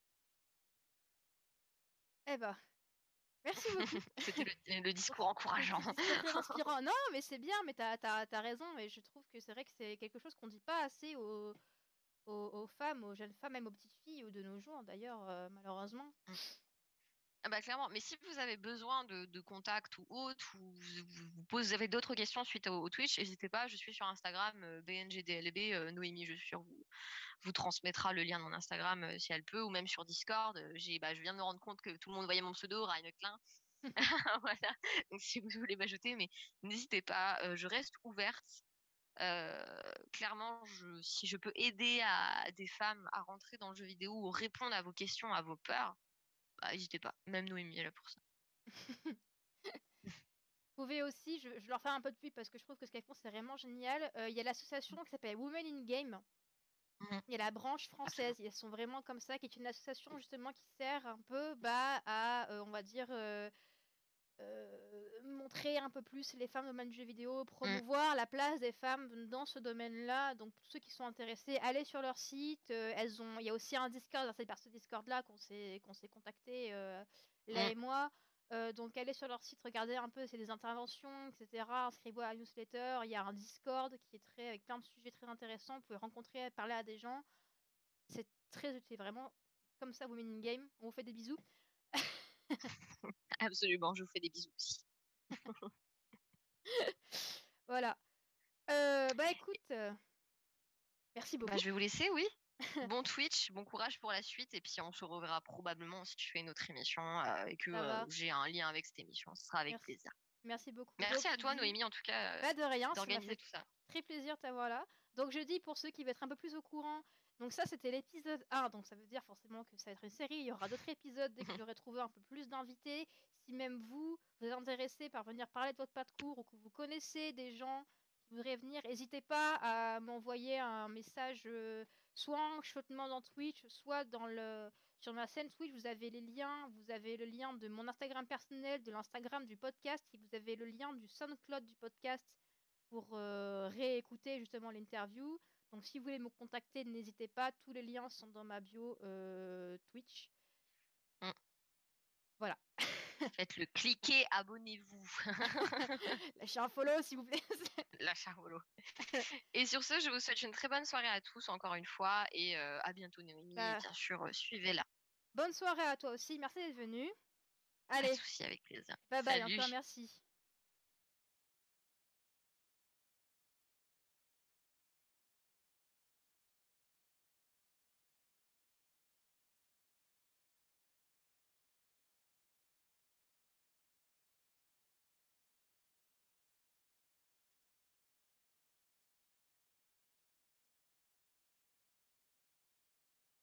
Eh ben, merci beaucoup. C'était le discours encourageant. C'est très inspirant. Non, mais c'est bien, mais t'as raison. Mais je trouve que c'est vrai que c'est quelque chose qu'on dit pas assez aux femmes, aux jeunes femmes, même aux petites filles, ou de nos jours d'ailleurs, malheureusement. Ah bah clairement, mais si vous avez besoin de contacts ou autre, ou vous avez d'autres questions suite au Twitch, n'hésitez pas, je suis sur Instagram, BNGDLB, Noémie, je suis sûre, vous transmettra le lien de mon Instagram si elle peut, ou même sur Discord. Je viens de me rendre compte que tout le monde voyait mon pseudo, Ryan Klein. Voilà, donc si vous voulez m'ajouter, mais n'hésitez pas, je reste ouverte. Clairement, si je peux aider des femmes à rentrer dans le jeu vidéo ou répondre à vos questions, à vos peurs, bah, n'hésitez pas. Même Noémie est là pour ça. Vous pouvez aussi, je leur fais un peu de pub parce que je trouve que ce qu'elles font c'est vraiment génial. Il y a l'association qui s'appelle Women in Game. Il y a la branche française, elles sont vraiment comme ça, qui est une association justement qui sert un peu à, on va dire, montrer un peu plus les femmes dans le domaine du jeu vidéo, promouvoir la place des femmes dans ce domaine-là. Donc pour ceux qui sont intéressés, allez sur leur site. Il y a aussi un Discord, c'est par ce Discord-là qu'on s'est contacté, là et moi. Donc allez sur leur site, regardez un peu, c'est des interventions, etc. Inscrivez-vous à la newsletter. Il y a un Discord qui est avec plein de sujets très intéressants. Vous pouvez rencontrer, parler à des gens. C'est vraiment comme ça, Women in Game. On vous fait des bisous. Absolument, je vous fais des bisous aussi. Voilà. Écoute, merci beaucoup. Bah, je vais vous laisser, oui. Bon Twitch, bon courage pour la suite, et puis on se reverra probablement si tu fais une autre émission et que j'ai un lien avec cette émission. Ce sera avec plaisir. Merci beaucoup. Merci à toi, Noémie, en tout cas, de rien, d'organiser tout ça. Très plaisir de t'avoir là. Donc je dis pour ceux qui veulent être un peu plus au courant, donc ça c'était l'épisode 1, donc ça veut dire forcément que ça va être une série, il y aura d'autres épisodes dès que j'aurai trouvé un peu plus d'invités. Si même vous êtes intéressé par venir parler de votre parcours ou que vous connaissez des gens qui voudraient venir, n'hésitez pas à m'envoyer un message soit en chuchotement dans Twitch, soit sur ma scène Twitch, vous avez les liens, vous avez le lien de mon Instagram personnel, de l'Instagram du podcast, et vous avez le lien du SoundCloud du podcast pour réécouter justement l'interview. Donc si vous voulez me contacter, n'hésitez pas, tous les liens sont dans ma bio Twitch. Voilà. Faites-le, cliquez, abonnez-vous. Lâchez un follow s'il vous plaît. Lâchez un follow. Et sur ce, je vous souhaite une très bonne soirée à tous encore une fois, et à bientôt Noémie, et bien sûr, suivez-la. Bonne soirée à toi aussi, merci d'être venu. Allez. Pas de soucis, avec plaisir. Bye bye, encore merci.